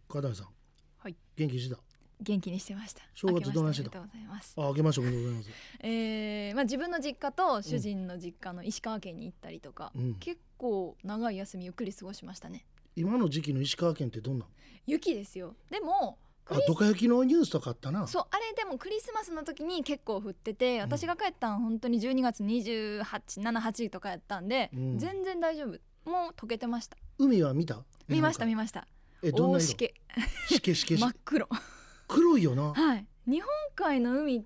片谷さん、 はい、 元気してた？ 元気にしてました。 正月どないしてた？ ありがとうございます。 明けましておめでとうございます。 自分の実家と主人の実家の石川県に行ったりとか、結構長い休みゆっくり過ごしましたね。 今の時期の石川県ってどんな？ 雪ですよ。でもドカ雪のニュースとかあったな。 そう、あれでもクリスマスの時に結構降ってて、私が帰ったん本当に12月28、7、8とかやったんで、全然大丈夫。もう溶けてました。 海は見た？ 見ました見ました。 どんな色？ しけ真っ黒黒いよな。 はい。日本海の海って、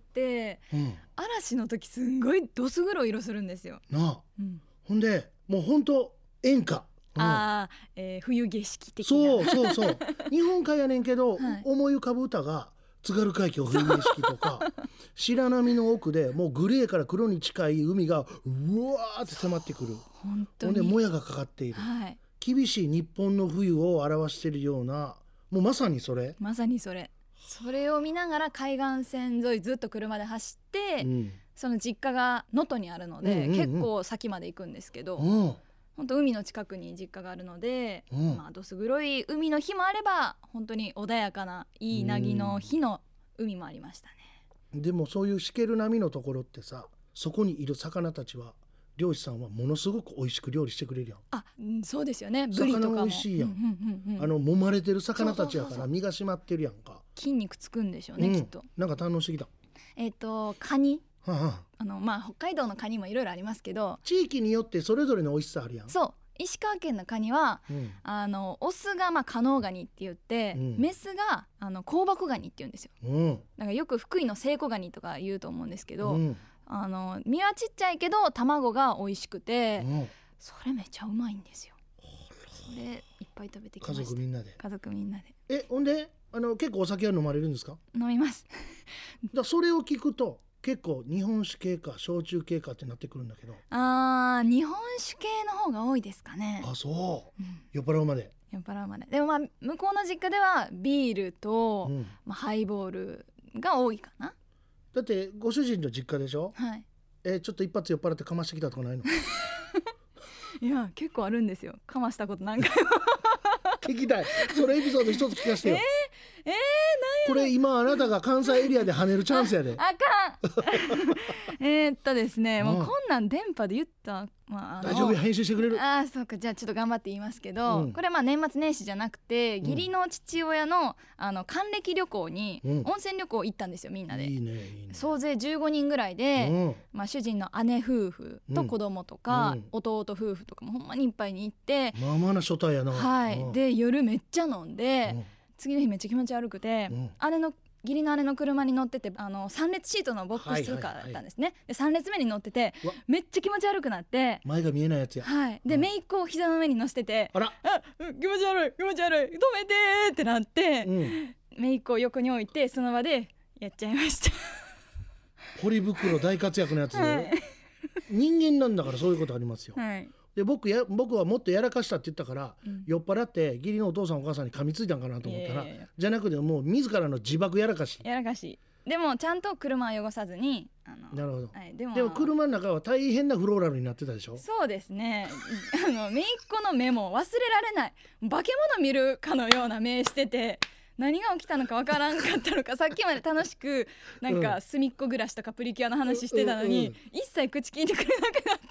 嵐の時すんごいどす黒い色するんですよなあ、ほんでもうほんと演歌、 冬景色的そな。 う日本海やねんけど、思い浮かぶ歌が津軽海峡冬景色とか白波の奥でもうグレーから黒に近い海がうわーって迫ってくる。 本当にほんでもやがかかっている、厳しい日本の冬を表しているような、もうまさにそれそれを見ながら海岸線沿いずっと車で走って、その実家が能登にあるので、結構先まで行くんですけど、本当海の近くに実家があるので、どす黒い海の日もあれば本当に穏やかないい凪の日の海もありましたね。 でもそういうしける波のところってさ、そこにいる魚たちは漁師さんはものすごく美味しく料理してくれるやん。 そうですよね。ブリとかも魚美味しいやん、揉まれてる魚たちやから身が締まってるやんか。 筋肉つくんでしょうね、きっと。 なんか堪能してきた？ カニ、北海道のカニもいろいろありますけど、 地域によってそれぞれの美味しさあるやん。 そう、石川県のカニは、オスがカノウガニって言って、メスが香箱ガニって言うんですよ。だからよく福井のセイコガニとか言うと思うんですけど、身はちっちゃいけど卵が美味しくて、それめっちゃうまいんですよ。それいっぱい食べてきました。家族みんなで。 ほんで結構お酒は飲まれるんですか？ 飲みますだそれを聞くと結構日本酒系か焼酎系かってなってくるんだけど。 日本酒系の方が多いですかね。 そう、酔っ払うまで。 でも向こうの実家ではビールと、ハイボールが多いかな。 だってご主人の実家でしょ？ はい。 ちょっと一発酔っ払ってかましてきたとかないの？ いや結構あるんですよ。かましたこと何回も聞きたい。それエピソード一つ聞かせてよ。これ今あなたが関西エリアで跳ねるチャンスやで。 あかんですね、もうこんなん電波で言った大丈夫、編集してくれる。 そうか、じゃあちょっと頑張って言いますけど、これ年末年始じゃなくて、義理の父親の還暦旅行に、温泉旅行行ったんですよ、みんなで。いいね。総勢15人ぐらいで、主人の姉夫婦と子供とか、弟夫婦とかもほんまにいっぱいに行って、 まあまあな初対やな。 で夜めっちゃ飲んで、次の日めっちゃ気持ち悪くて、義理の姉の車に乗ってて、3列シートのボックスカーだったんですね。で3列目に乗っててめっちゃ気持ち悪くなって、 前が見えないやつや。 で姪っ子を膝の上に乗せてて、気持ち悪い止めてってなって、姪っ子を横に置いてその場でやっちゃいましたポリ袋大活躍のやつ、人間なんだからそういうことありますよ。で僕はもっとやらかしたって言ったから、酔っ払って義理のお父さんお母さんに噛みついたんかなと思ったら、じゃなくてもう自らの自爆やらかしでもちゃんと車は汚さずに。 なるほど、でも車の中は大変なフローラルになってたでしょ？そうですね姪っ子の目も忘れられない、化け物見るかのような目してて、何が起きたのかわからんかったのかさっきまで楽しくなんか隅っこ暮らしとかプリキュアの話してたのに、一切口聞いてくれなくなって、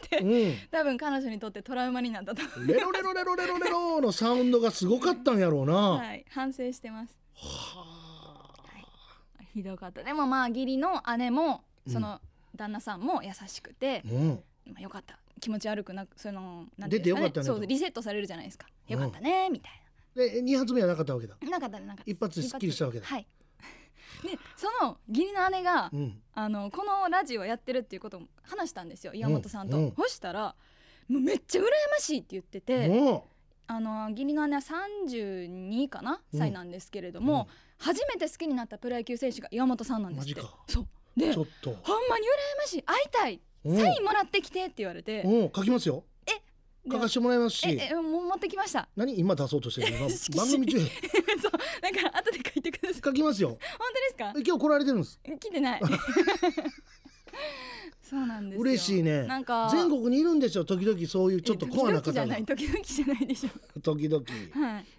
多分彼女にとってトラウマになったと思う。 レロレロレロレロレロのサウンドがすごかったんやろうな。 反省してます。ひどかった。でも義理の姉もその旦那さんも優しくて、よかった、気持ち悪くなくなんていうんですかね、出てよかったね、そうリセットされるじゃないですか、よかったねみたいな。 で2発目はなかったわけだ。 なかった一発ですっきりしたわけだ。 でその義理の姉が、このラジオやってるっていうことを話したんですよ、岩本さんと。そしたらもうめっちゃ羨ましいって言ってて、義理の姉は32かな、歳なんですけれども、初めて好きになったプロ野球選手が岩本さんなんですって。 マジか。 そうで、 ちょっとほんまに羨ましい、会いたい、サインもらってきてって言われて、 書きますよ。書かしてもらいますし。 もう持ってきました。 何今出そうとしてるの？番組中。 そうだから後で書いてください。 書きますよ。 本当ですか？ 今日来られてるんです。 来てないそうなんですよ。 嬉しいね。 なんか全国にいるんですよ、時々そういうちょっとコアな方が。 時々じゃないでしょ時々。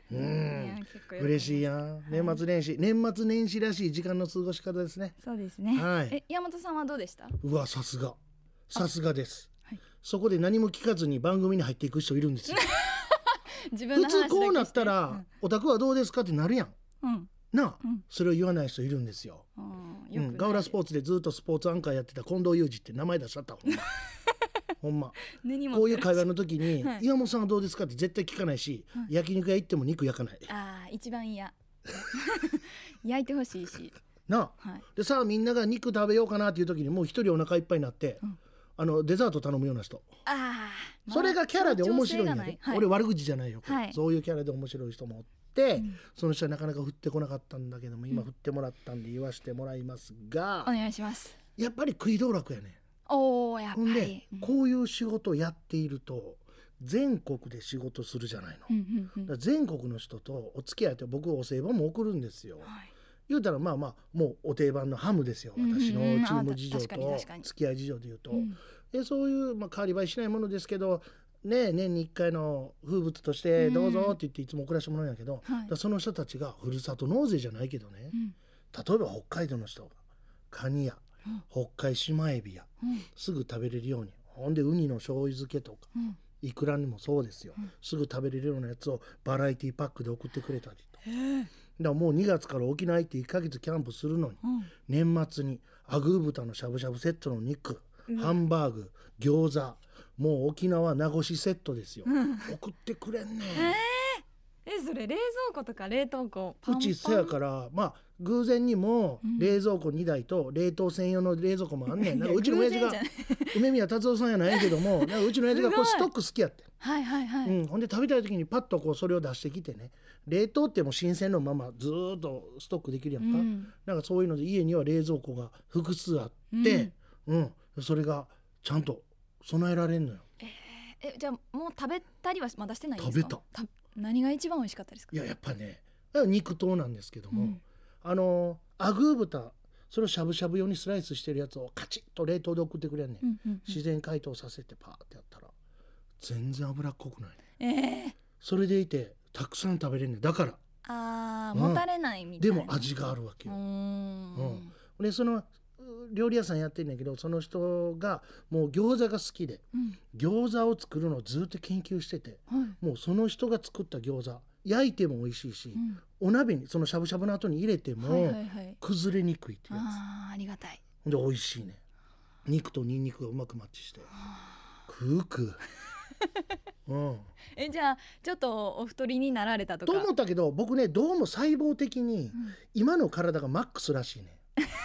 嬉しいや、年末年始らしい時間の過ごし方ですね。 そうですね、はい、山本さんはどうでした？ うわ、さすがです、はい、そこで何も聞かずに番組に入っていく人いるんですよ自分の話だけして、 普通こうなったら、お宅はどうですかってなるやん、なあ、それを言わない人いるんですよ。ガウラスポーツでずっとスポーツアンカーやってた近藤裕二って名前出しちゃったほんまこういう会話の時に、岩本さんはどうですかって絶対聞かないし、焼肉屋行っても肉焼かない。 一番嫌焼いてほしいしなあ、でさあみんなが肉食べようかなっていう時にもう一人お腹いっぱいになって、デザート頼むような人、それがキャラで面白いんやで、俺悪口じゃないよ、そういうキャラで面白い人もおって、その人はなかなか振ってこなかったんだけども、今振ってもらったんで言わしてもらいますが、 お願いします。 やっぱり食い道楽やね。 やっぱりで、こういう仕事をやっていると全国で仕事するじゃないの、だから全国の人とお付き合いって、僕お歳暮も送るんですよ、言うたらもうお定番のハムですよ、私のチーム事情と付き合い事情で言うと、そういう、変わり映えしないものですけどね、年に1回の風物としてどうぞって言っていつも送らせてもらうんやけど、その人たちがふるさと納税じゃないけどね、例えば北海道の人がカニや北海シマエビや、すぐ食べれるように、ほんでウニの醤油漬けとか、イクラにもそうですよ、すぐ食べれるようなやつをバラエティパックで送ってくれたりと、だからもう2月から沖縄行って1ヶ月キャンプするのに、年末にアグー豚のしゃぶしゃぶセットの肉、ハンバーグ、餃子、もう沖縄名護市セットですよ、送ってくれんね。 それ冷蔵庫とか冷凍庫パンパン、 うちせやから、偶然にも冷蔵庫2台と冷凍専用の冷蔵庫もあんねん。なんかうちの親父が梅宮達夫さんやないけども、なんかうちの親父がこうストック好きやって、ほんで食べたい時にパッとこうそれを出してきてね、冷凍っても新鮮のままずっとストックできるやんか、なんかそういうので家には冷蔵庫が複数あって、それがちゃんと備えられんのよ。 じゃあもう食べたりはまだしてないんですか？ 食べた。 何が一番美味しかったですか？ やっぱね、肉糖なんですけども、アグー豚、それをしゃぶしゃぶ用にスライスしてるやつをカチッと冷凍で送ってくれんねん、自然解凍させてパーってやったら全然脂っこくない、それでいてたくさん食べれんねん。だからもたれないみたいな、 でも味があるわけよ。でその料理屋さんやってんねんけど、その人がもう餃子が好きで、餃子を作るのをずっと研究してて、もうその人が作った餃子焼いても美味しいし、お鍋にそのしゃぶしゃぶの後に入れても崩れにくいってやつ、 ありがたい。 で美味しいね。肉とニンニクがうまくマッチして食うじゃあちょっとお太りになられたとかと思ったけど、僕ね、どうも細胞的に今の体がマックスらしいね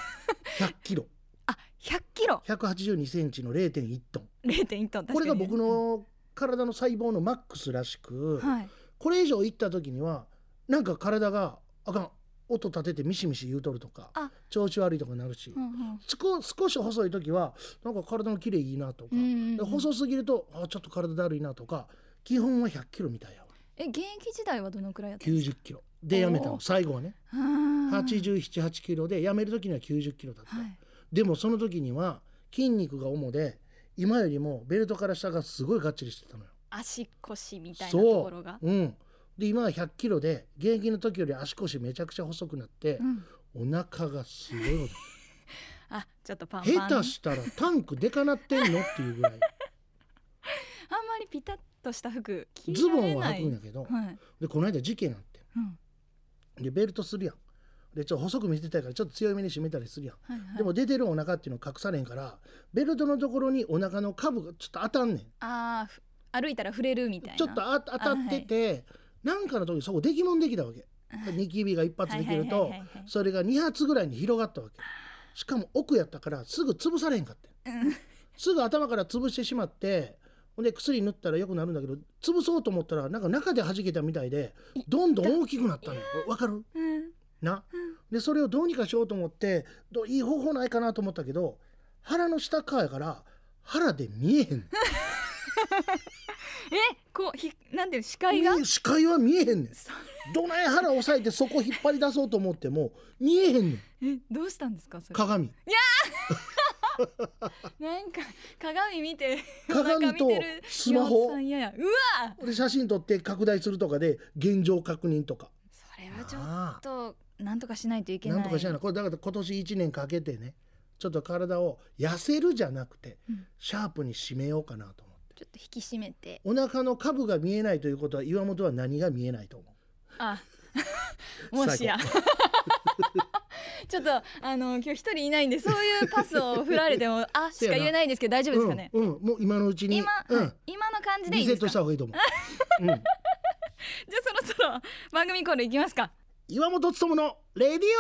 100キロ 100キロ 182センチの 0.1 トン 0.1トン、 これが僕の体の細胞のマックスらしく、これ以上いった時にはなんか体があかん、音立ててミシミシ言うとるとか調子悪いとかなるし、少し細い時はなんか体の綺麗いいなとか、細すぎるとちょっと体だるいなとか、基本は100キロみたいやわ。 現役時代はどのくらいやったんですか？ 90キロでやめたの、最後はね。87、8キロでやめる時には90キロだった、でもその時には筋肉が主で今よりもベルトから下がすごいがっちりしてたのよ、 足腰みたいなところが。 で今は100キロで現役の時より足腰めちゃくちゃ細くなって、お腹がすごいちょっとパンパン、 下手したらタンクでかなってんのっていうぐらいあんまりピタッとした服着ズボンは履くんやけど、でこの間事件あって、でベルトするやん、でちょっと細く見せたいからちょっと強めに締めたりするやん、でも出てるお腹っていうの隠されんから、ベルトのところにお腹の下部がちょっと当たんねん。 歩いたら触れるみたいな、 ちょっと当たってて、なんかの時そこ出来物できたわけ。ニキビが一発できるとそれが2発ぐらいに広がったわけ。しかも奥やったからすぐ潰されへんかって、すぐ頭から潰してしまって、ほんで薬塗ったらよくなるんだけど、潰そうと思ったらなんか中で弾けたみたいでどんどん大きくなったのよ。わかる？でそれをどうにかしようと思っていい方法ないかなと思ったけど、腹の下側やから腹で見えへんこうなんていう視界は見えへんねん。どない腹押さえてそこ引っ張り出そうと思っても見えへんねん。 どうしたんですかそれ？ 鏡。 なんか鏡見て鏡とスマホいやうわで写真撮って拡大するとかで現状確認とか、 それはちょっとなんとかしないといけない。 なんとかしないの。これだから今年1年かけてね、ちょっと体を痩せるじゃなくて、シャープに締めようかなと思って。 ちょっと引き締めて。 お腹の下部が見えないということは岩本は何が見えないと思う？ あもしやちょっと今日一人いないんでそういうパスを振られてもあしか言えないんですけど大丈夫ですかね。 もう今のうちに今の感じでいいですか？ リセットした方がいいと思う、 じゃあそろそろ番組コールいきますか。 岩本勉のレディオマイ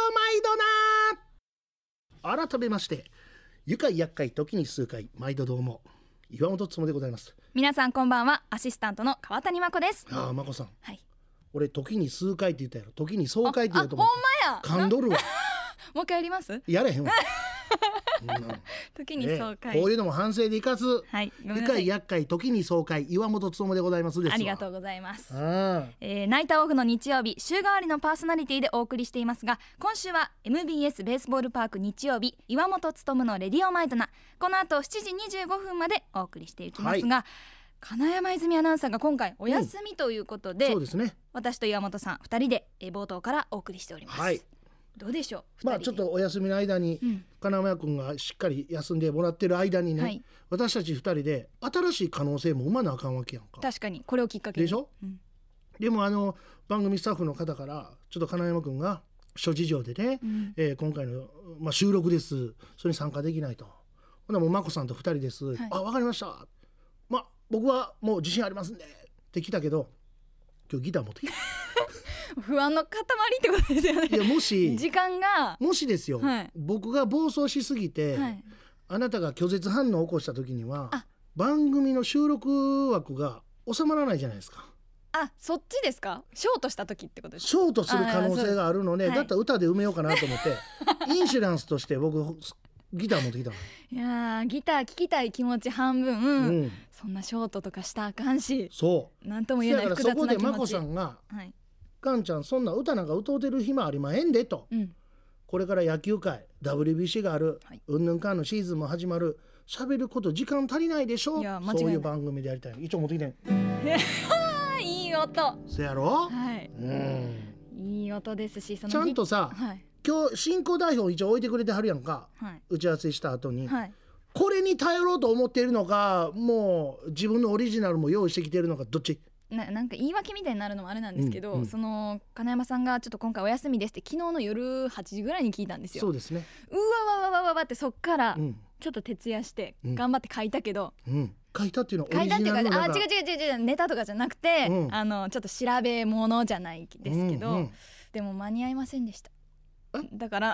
ドナー。改めまして愉快厄介時に数回毎度どうも岩本勉でございます。 皆さんこんばんは。アシスタントの川谷真子です。 真子さん、 はい、 俺時に数回って言ったやろ。時に総回って言うと思って。 ほんまや噛んどるわもう一回やります？ やれへんわ時に総会、 こういうのも反省でいかず、 はい、 愉快厄介時に総会岩本勉でございますですわ。 ありがとうございます。ナイターオフの日曜日週替わりのパーソナリティでお送りしていますが、今週は MBS ベースボールパーク日曜日岩本勉のレディオマイドナ。この後7時25分までお送りしていきますが、金山泉アナウンサーが今回お休みということで、 そうですね、 私と岩本さん2人で冒頭からお送りしております。はい、どうでしょう。 ちょっとお休みの間に、金山君がしっかり休んでもらってる間にね、私たち2人で新しい可能性も生まなあかんわけやんか。 確かにこれをきっかけにでしょ、でも番組スタッフの方からちょっと金山君が諸事情でね、今回の、収録です、それに参加できないと。ほなもう眞子さんと2人です、わかりました、僕はもう自信ありますんでって来たけど、今日ギター持ってきた不安の塊ってことですよね。 いやもし時間がもしですよ、僕が暴走しすぎて、あなたが拒絶反応を起こした時には番組の収録枠が収まらないじゃないですか。 そっちですか？ショートした時ってことですか？ ショートする可能性があるので、だったら歌で埋めようかなと思ってインシュランスとして僕ギター持ってきたの。 いやギター聴きたい気持ち半分、そんなショートとかしたらあかんし、 そうなんとも言えない複雑な気持ち。 そこで眞子さんが、かんちゃんそんな歌なんか歌うてる暇ありまへんでと、これから野球界 WBC がある、うんぬんかんのシーズンも始まる、喋ること時間足りないでしょ。そういう番組でやりたい。一応持ってきていい音。 そやろ、 いい音ですし、 ちゃんとさ、今日進行台本一応置いてくれてはるやんか、打ち合わせした後に、これに頼ろうと思っているのか、もう自分のオリジナルも用意してきてるのか、どっち？ なんか言い訳みたいになるのもあれなんですけど、その金山さんがちょっと今回お休みですって昨日の夜8時ぐらいに聞いたんですよ。 そうですね。 うわわわわわってそっからちょっと徹夜して頑張って書いたけど、 書いたっていうのはオリジナルの違うネタとかじゃなくて、ちょっと調べ物じゃないですけど、でも間に合いませんでした。だから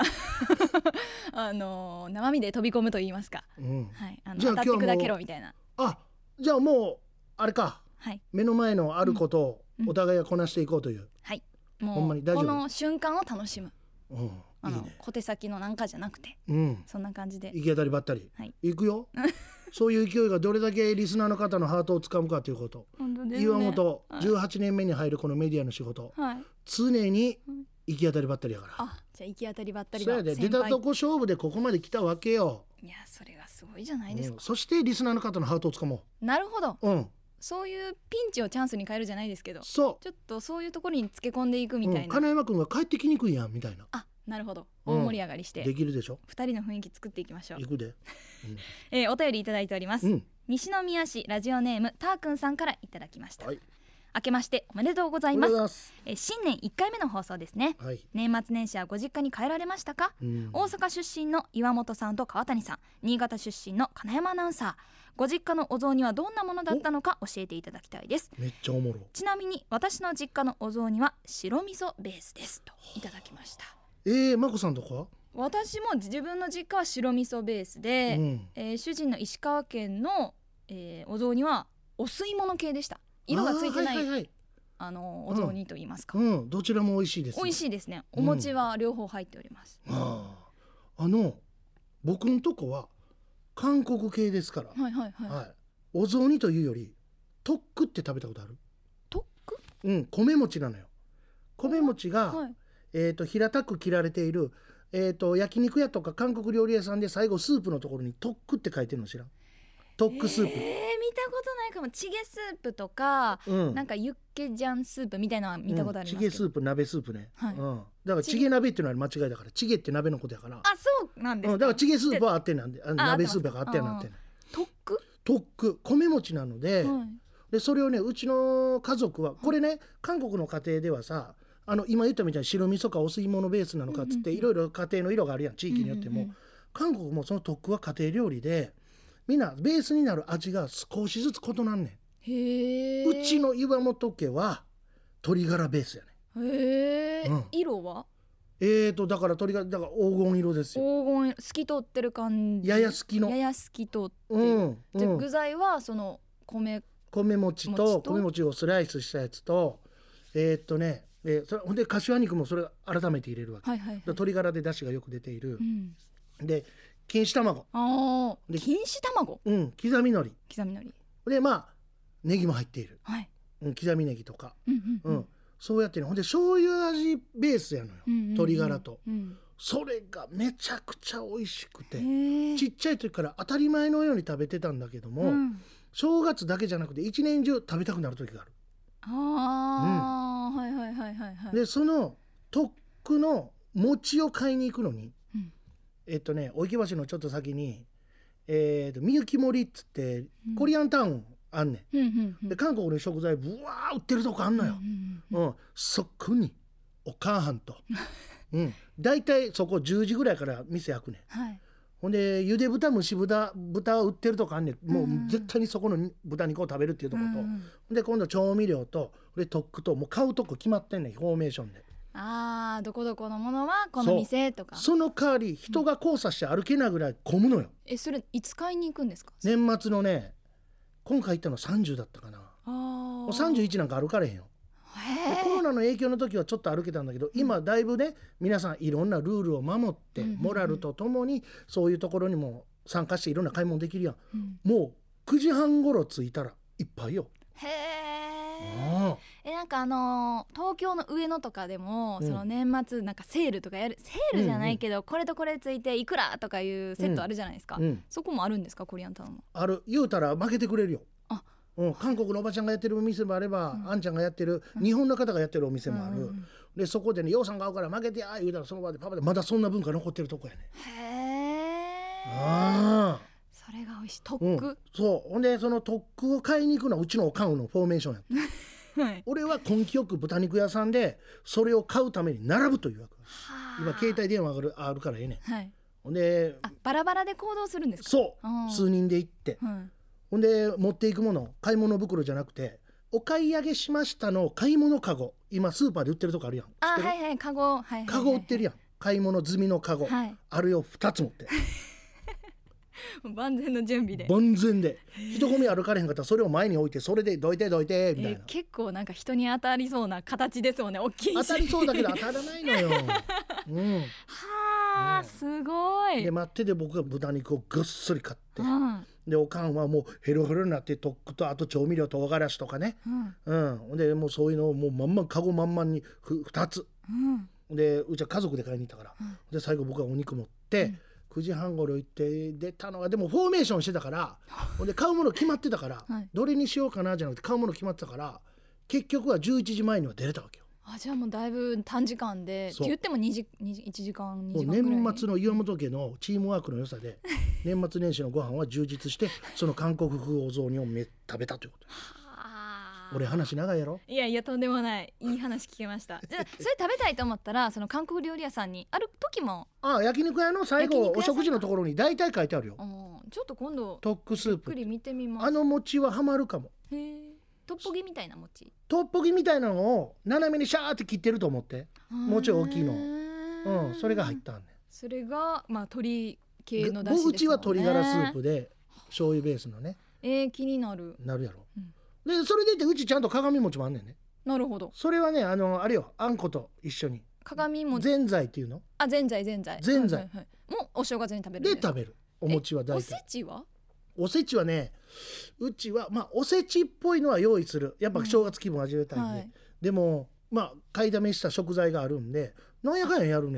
生身で飛び込むと言いますか、当たって砕けろみたいな。 じゃあもうあれか、目の前のあることをお互いがこなしていこうという、 もうほんまに大丈夫。この瞬間を楽しむ、いいね、小手先のなんかじゃなくて、そんな感じで行き当たりばったり、行くよそういう勢いがどれだけリスナーの方のハートをつかむかということ。岩本18年目に入るこのメディアの仕事、常に行き当たりばったりやから。 じゃあ行き当たりばったりが先輩。出たとこ勝負でここまで来たわけよ。 いやそれがすごいじゃないですか。 そしてリスナーの方のハートをつかもう。 なるほど、そういうピンチをチャンスに変えるじゃないですけど、ちょっとそういうところにつけ込んでいくみたいな、 金山君が帰ってきにくいやんみたいな。 なるほど、大盛り上がりして、 できるでしょ。 2人の雰囲気作っていきましょう。 いくで、 お便りいただいております、西宮市ラジオネームたーくんさんからいただきました。明けましておめでとうございます。新年1回目の放送ですね、年末年始はご実家に帰られましたか？大阪出身の岩本さんと川谷さん、新潟出身の金山アナウンサー、ご実家のお雑煮はどんなものだったのか教えていただきたいです。 めっちゃおもろ。 ちなみに私の実家のお雑煮は白味噌ベースですといただきました。 眞子さんとか？ 私も自分の実家は白味噌ベースで、主人の石川県の、お雑煮はお吸い物系でした。色がついてない、お雑煮と言いますか、 どちらも美味しいです。 美味しいですね。お餅は両方入っております。 僕のとこは韓国系ですから、お雑煮というよりトックって食べたことある？ トック？ 米餅なのよ。米餅が、平たく切られている焼肉屋とか韓国料理屋さんで最後スープのところにトックって書いてるの知らん？トックスープ、 見たことないかも。チゲスープとか、なんかユッケジャンスープみたいなのは見たことありますけど、 チゲスープ、鍋スープね、だからチゲ鍋っていうのは間違いだから、チゲって鍋のことやから。 そうなんですか。 だからチゲスープはあってんなんで、鍋スープがあってんなんて。 トック米餅なので、でそれをね、うちの家族はこれね、韓国の家庭ではさ、今言ったみたいに白味噌かお吸い物ベースなのかっつって、いろいろ家庭の色があるやん、地域によっても。韓国もその特区は家庭料理で、みんなベースになる味が少しずつ異なんねん。うちの岩本家は鶏ガラベースやね。 色はだから黄金色ですよ。 黄金、透き通ってる感じ。 やや透きの。 やや透き通ってる。じゃあ具材はその米餅と米餅をスライスしたやつと、ほんで柏肉もそれ改めて入れるわけ。鶏ガラで出汁がよく出ている。で錦糸卵。 錦糸卵。 刻み海苔。 でネギも入っている。刻みネギとか。そうやってね、ほんで醤油味ベースやのよ、鶏ガラと。それがめちゃくちゃ美味しくて、ちっちゃい時から当たり前のように食べてたんだけども、正月だけじゃなくて一年中食べたくなる時がある。でその特区の餅を買いに行くのに、大池橋のちょっと先にみゆき森っつってコリアンタウンあんねん。で韓国の食材ぶわー売ってるとこあんのよ。そこにお母はんとだいたいそこ10時ぐらいから店開くねん。ほんでゆで豚蒸し豚を売ってるとこあんねん。もう絶対にそこの豚肉を食べるっていうとことで、今度調味料と特区ともう買うとこ決まってんねん、フォーメーションで。 どこどこのものはこの店とか。 その代わり人が交差して歩けないぐらい混むのよ。 それいつ買いに行くんですか？ 年末のね、今回行ったの30だったかな。もう31なんか歩かれへんよ。コロナの影響の時はちょっと歩けたんだけど、今だいぶね、皆さんいろんなルールを守ってモラルとともにそういうところにも参加していろんな買い物できるやん。もう9時半頃着いたらいっぱいよ。 なんか東京の上野とかでも、その年末なんかセールとかやる、セールじゃないけど、これとこれついていくらとかいうセットあるじゃないですか。そこもあるんですか？コリアンタウンもある。言うたら負けてくれるよ。韓国のおばちゃんがやってる店もあれば、あんちゃんがやってる日本の方がやってるお店もある。でそこでね、ようさんが合うから負けてや言うたら、その場でパパでまだそんな文化残ってるとこやね。 それが美味しい。特区。 そう。ほんでその特区を買いに行くのはうちのおかんのフォーメーションやった。俺は根気よく豚肉屋さんでそれを買うために並ぶというわけ。今携帯電話あるからええねん。ほんでバラバラで行動するんですか？ そう。数人で行って、ほんで持っていくもの、買い物袋じゃなくて、お買い上げしましたの買い物カゴ、今スーパーで売ってるとこあるやん。 カゴ。 カゴ売ってるやん。買い物済みのカゴ、あれを2つ持って万全の準備で。 万全で人混み歩かれへんかったらそれを前に置いて、それでどいてみたいな。 結構なんか人に当たりそうな形ですもんね。大きいし当たりそうだけど当たらないのよ。 すごい。 で待ってて、僕が豚肉をぐっすり買って、でおかんはもうヘロヘロになって特区とあと調味料唐辛子とかね、でもうそういうのをもうまんまカゴまんまんに2つ、でうちは家族で買いに行ったから、で最後僕はお肉持って、9時半頃行って出たのが、でもフォーメーションしてたからで買うもの決まってたから、どれにしようかなじゃなくて買うもの決まってたから、結局は11時前には出れたわけよ。 じゃあもうだいぶ短時間でって言っても1時間2時間ぐらい。 年末の岩本家のチームワークの良さで年末年始のご飯は充実して、その韓国風お雑煮を食べたということ。俺話長いやろ。 いやとんでもない、いい話聞けました。じゃあそれ食べたいと思ったら、その韓国料理屋さんにある時も、 焼肉屋の最後お食事のところに大体書いてあるよ。 ちょっと今度特区スープゆっくり見てみます。 餅はハマるかも。 トッポギみたいな餅、 トッポギみたいなのを斜めにシャーって切ってると思って、もうちょい大きいの、それが入ったんね。 それが鶏系の出汁ですもんね。 うちは鶏ガラスープで醤油ベースのね。 気になるやろ。でそれでいて、うちちゃんと鏡餅もあんねんね。 なるほど。 それはね、あれよ、あんこと一緒に鏡餅、 ぜんざいっていうの。 ぜんざいもうお正月に食べるんです。 で食べるお餅は大体。おせちはね、うちはおせちっぽいのは用意する。やっぱ正月気分味わいたいんで、でも買いだめした食材があるんで、なんやかんややるね。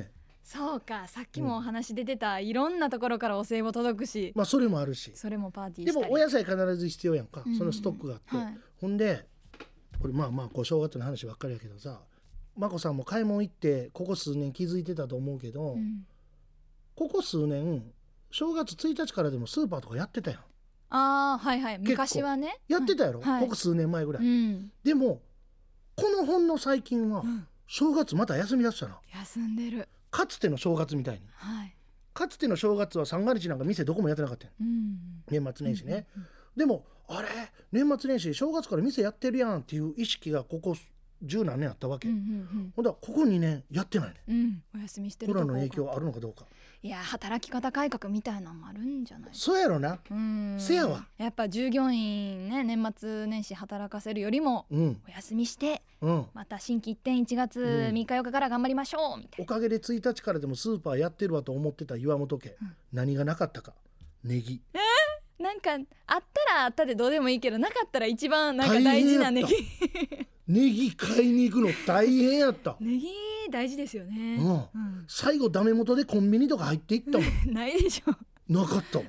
そうか、さっきもお話出てた、いろんなところからお歳暮届くし、 まあそれもあるし、 それもパーティーしたり、 でもお野菜必ず必要やんか、そのストックがあって、 はい、 ほんでこれまあこう正月の話ばっかりやけどさ、眞子さんも買い物行ってここ数年気づいてたと思うけど、ここ数年正月1日からでもスーパーとかやってたやん。 はいはい、昔はねやってたやろ、 はい、 ここ数年前ぐらい、でもこのほんの最近は正月また休みだしたな。 休んでる。 かつての正月みたいに、 はい、 かつての正月は三が日なんか店どこもやってなかったやん、年末年始ね、でもあれ年末年始正月から店やってるやんっていう意識がここ十何年あったわけ、ほんだらここ2年やってないね、 お休みしてるコロナの影響あるのかどうか。 いや、働き方改革みたいなのもあるんじゃない。 そうやろな、せやわ、 やっぱ従業員ね、年末年始働かせるよりもお休みして、また新規一転1月3日4日から頑張りましょうみたいな。 おかげで1日からでもスーパーやってるわと思ってた岩本家、何がなかったか、ネギ。 なんかあったらあったでどうでもいいけど、なかったら一番なんか大事なネギネギ買いに行くの大変やったネギ大事ですよね、 最後ダメ元でコンビニとか入っていったもんないでしょ。 なかったわ、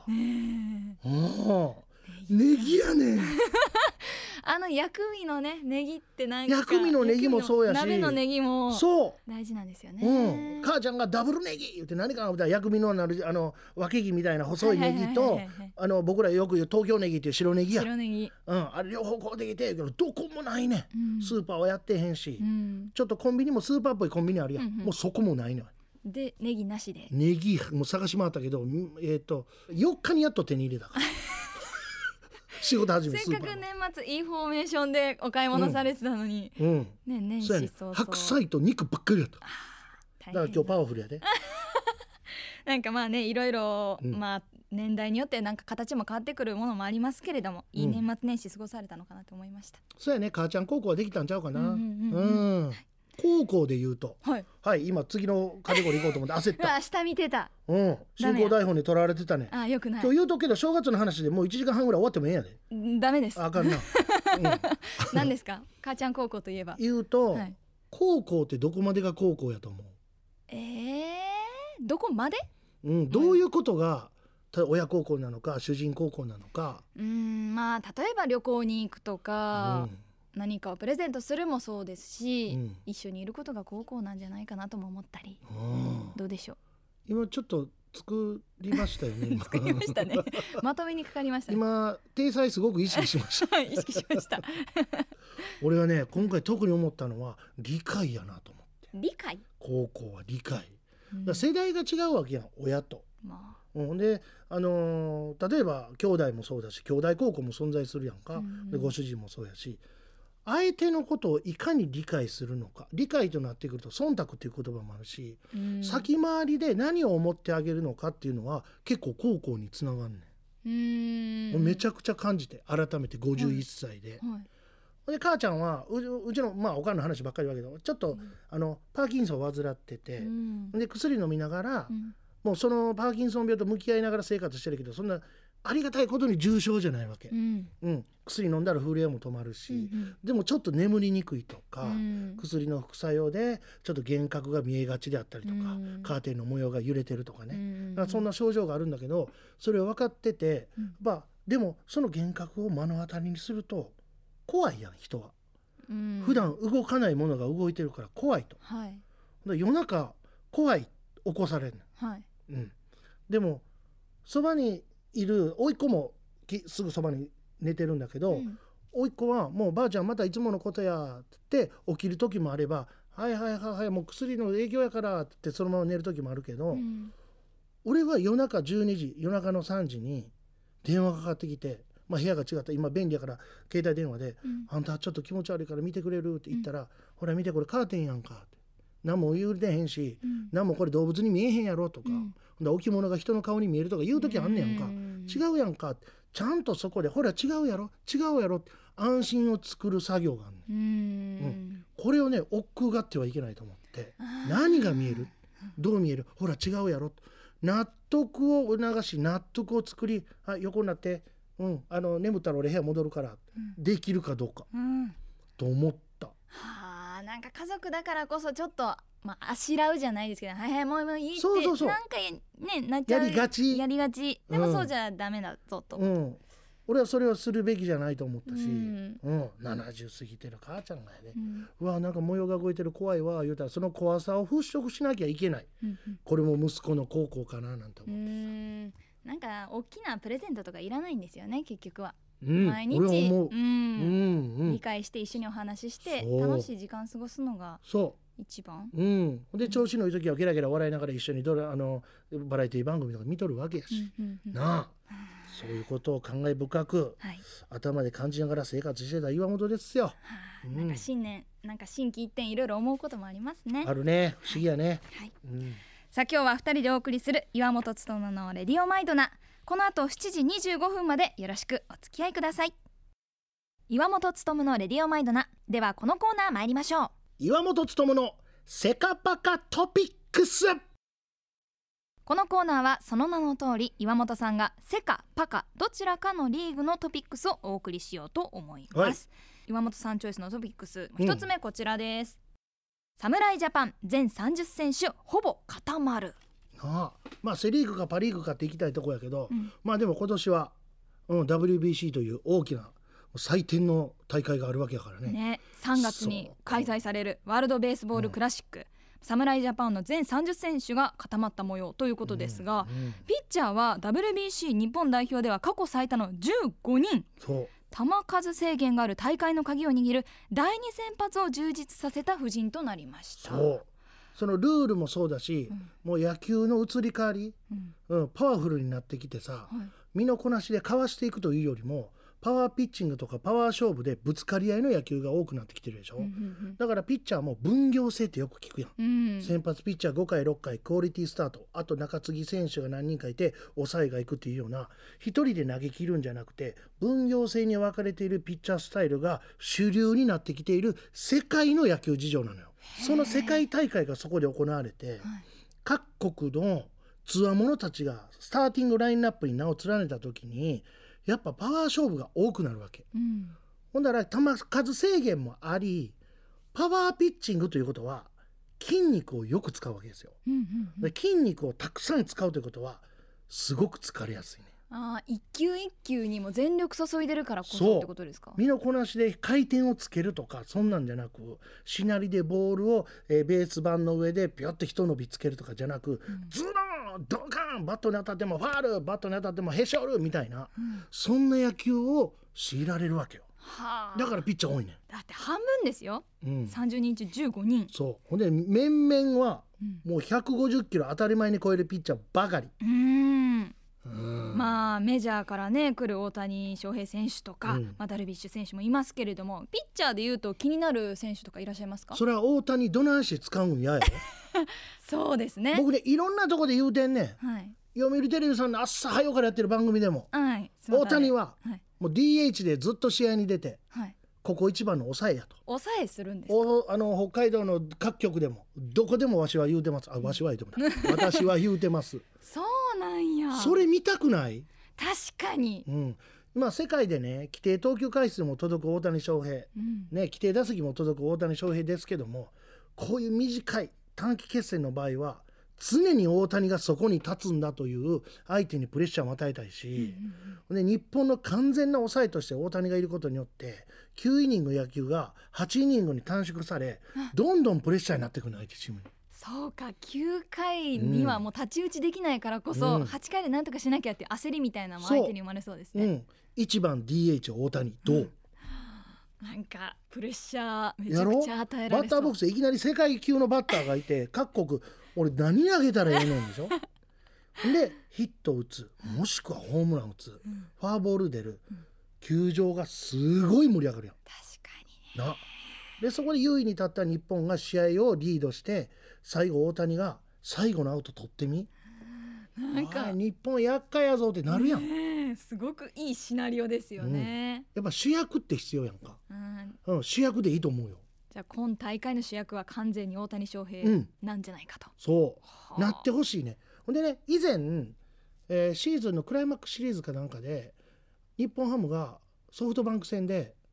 ネギやねん薬味のねネギってなんか薬味のネギもそうやし、 鍋のネギもそう大事なんですよね、 母ちゃんがダブルネギ言って何かな思ったら薬味のなる分け木みたいな細いネギと僕らよく言う東京ネギっていう白ネギや、 白ネギ、 あれ両方こうできてどこもないね、スーパーはやってへんし、ちょっとコンビニもスーパーっぽいコンビニあるやん、もうそこもないのよ。 でネギなしでネギもう探し回ったけど、4日にやっと手に入れたから仕事始めせっかく年末いいフォーメーションでお買い物されてたのに、年始早々 白菜と肉ばっかりやった。だから今日パワフルやでなんかまあね、いろいろ、年代によってなんか形も変わってくるものもありますけれども、いい年末年始過ごされたのかなと思いました。 そうやね、母ちゃん高校はできたんちゃうかな。高校で言うと、今次のカテゴリー行こうと思って焦った下見てた、 進行台本に取られてたね。 よくない。 今日言うとくけど正月の話でもう1時間半ぐらい終わってもええんやで。 ダメです。 あかんな何ですか、母ちゃん高校といえば言うと、高校ってどこまでが高校やと思う？ どこまで？ どういうことが親孝行なのか主人孝行なのか。 例えば旅行に行くとか、何かをプレゼントするもそうですし、一緒にいることが高校なんじゃないかなとも思ったり、どうでしょう。 今ちょっと作りましたよね作りましたねまとめにかかりましたね。 今体裁すごく意識しました意識しました俺はね今回特に思ったのは理解やなと思って。 理解？ 高校は理解、だ世代が違うわけやん、親と。で例えば兄弟もそうだし兄弟高校も存在するやんか、でご主人もそうやし、相手のことをいかに理解するのか。理解となってくると忖度っていう言葉もあるし、先回りで何を思ってあげるのかっていうのは結構高校につながんねん。もうめちゃくちゃ感じて改めて51歳で、で母ちゃんはうちのおかんの話ばっかりだけどちょっと、パーキンソンを患ってて、で薬飲みながら、もうそのパーキンソン病と向き合いながら生活してるけど、そんなありがたいことに重症じゃないわけ、薬飲んだら震えも止まるし、でもちょっと眠りにくいとか、薬の副作用でちょっと幻覚が見えがちであったりとか、カーテンの模様が揺れてるとかね、そんな症状があるんだけど、それを分かってて、でもその幻覚を目の当たりにすると怖いやん人は、普段動かないものが動いてるから怖いと、夜中怖い起こされるの、でもそばにいる甥っ子もすぐそばに寝てるんだけど、甥っ子はもうばあちゃんまたいつものことやって起きる時もあれば、はいもう薬の影響やからってそのまま寝る時もあるけど、俺は夜中12時夜中の3時に電話がかかってきて、部屋が違った今便利やから携帯電話で、あんたちょっと気持ち悪いから見てくれるって言ったら、ほら見てこれカーテンやんかって、何も言うてへんし、何もこれ動物に見えへんやろとか、置物が人の顔に見えるとか言う時あんねやんか、違うやんか、ちゃんとそこでほら違うやろって安心を作る作業があんねん、これをね億劫がってはいけないと思って、何が見えるどう見えるほら違うやろ、納得を促し納得を作り、横になって、眠ったら俺部屋戻るから、できるかどうか、と思った。 なんか家族だからこそちょっとあしらうじゃないですけど、はいはいもういいってそうなんかねなっちゃう、 やりがちでもそうじゃダメだぞと、 俺はそれをするべきじゃないと思ったし、70過ぎてる母ちゃんがやで、うわなんか模様が動いてる怖いわ言うたら、その怖さを払拭しなきゃいけない、これも息子の孝行かななんて思ってさ、 なんか大きなプレゼントとかいらないんですよね結局は。 毎日俺思う、 理解して一緒にお話しして楽しい時間過ごすのが一番。 で調子のいい時はゲラゲラ笑いながら一緒にバラエティ番組とか見とるわけやし、なあそういうことを感慨深く、頭で感じながら生活してた岩本ですよ。 なんか新年なんか心機一転いろいろ思うこともありますね。 あるね、不思議やね。 さあ今日は2人でお送りする岩本勉のレディオマイドナ、この後7時25分までよろしくお付き合いください。岩本勉のレディオマイドナではこのコーナー参りましょう。 岩本勉のセカパカトピックス。 このコーナーはその名の通り岩本さんがセカパカどちらかのリーグのトピックスをお送りしようと思います、岩本さんチョイスのトピックス一つ目こちらです、侍ジャパン全30選手ほぼ固まる。 セリーグかパリーグかっていきたいとこやけど、でも今年は、WBC という大きな祭典の大会があるわけやからね。 3月に開催されるワールドベースボールクラシック、侍ジャパンの全30選手が固まった模様ということですが、ピッチャーは WBC 日本代表では過去最多の15人、球数制限がある大会の鍵を握る第2先発を充実させた布陣となりました。 そのルールもそうだし、もう野球の移り変わり、パワフルになってきてさ、身のこなしでかわしていくというよりもパワーピッチングとかパワー勝負でぶつかり合いの野球が多くなってきてるでしょ、だからピッチャーも分業制ってよく聞くやん、先発ピッチャー5回6回クオリティスタート、あと中継ぎ選手が何人かいて抑えがいくっていうような、一人で投げ切るんじゃなくて分業制に分かれているピッチャースタイルが主流になってきている世界の野球事情なのよ。その世界大会がそこで行われて、各国のつわものたちがスターティングラインナップに名を連ねた時にやっぱパワー勝負が多くなるわけ、ほんだら球数制限もあり、パワーピッチングということは筋肉をよく使うわけですよ、で筋肉をたくさん使うということはすごく疲れやすいね。 一球一球にも全力注いでるからこそってことですか。 身のこなしで回転をつけるとかそんなんじゃなく、しなりでボールを、ベース板の上でピョッと一伸びつけるとかじゃなく、ズドンドカンバットに当たってもファール、バットに当たってもへし折るみたいな、そんな野球を強いられるわけよ。だからピッチャー多いね。 だって半分ですよ、30人中15人。 ほんで面々はもう150キロ当たり前に超えるピッチャーばかり。 メジャーからね来る大谷翔平選手とか、ダルビッシュ選手もいますけれども、ピッチャーでいうと気になる選手とかいらっしゃいますか。 それは大谷どないして使うんやよそうですね、 僕ねいろんなとこで言うてんね、読売テレビさんの朝早からやってる番組でも、大谷はもう DH でずっと試合に出て、ここ一番の抑えやと。 抑えするんですか。 北海道の各局でもどこでもわしは言うてます。わしは言うてもない私は言うてますそうなんや。 それ見たくない。 確かに、 今世界でね規定投球回数も届く大谷翔平、規定打席も届く大谷翔平ですけども、こういう短い短期決戦の場合は常に大谷がそこに立つんだという相手にプレッシャーを与えたいし、で日本の完全な抑えとして大谷がいることによって9イニング野球が8イニングに短縮され、どんどんプレッシャーになってくる相手チームに。 そうか、9回にはもう太刀打ちできないからこそ、8回で何とかしなきゃっていう焦りみたいなのも相手に生まれそうですね。 1番 DH 大谷どう、 なんかプレッシャーめちゃくちゃ与えられそう。 バッターボックスでいきなり世界級のバッターがいて各国俺何投げたらええねんでしょでヒット打つ、もしくはホームラン打つ、フォアボール出る、球場がすごい盛り上がるやん。 確かにね。 でそこで優位に立った日本が試合をリードして、最後大谷が最後のアウト取ってみ、なんか日本厄介やぞってなるやん、 すごくいいシナリオですよね、 やっぱ主役って必要やんか、主役でいいと思うよ。 じゃあ今大会の主役は完全に大谷翔平なんじゃないかと、 そうなってほしいね。ほんでね、以前、シーズンのクライマックスシリーズかなんかで日本ハムがソフトバンク戦で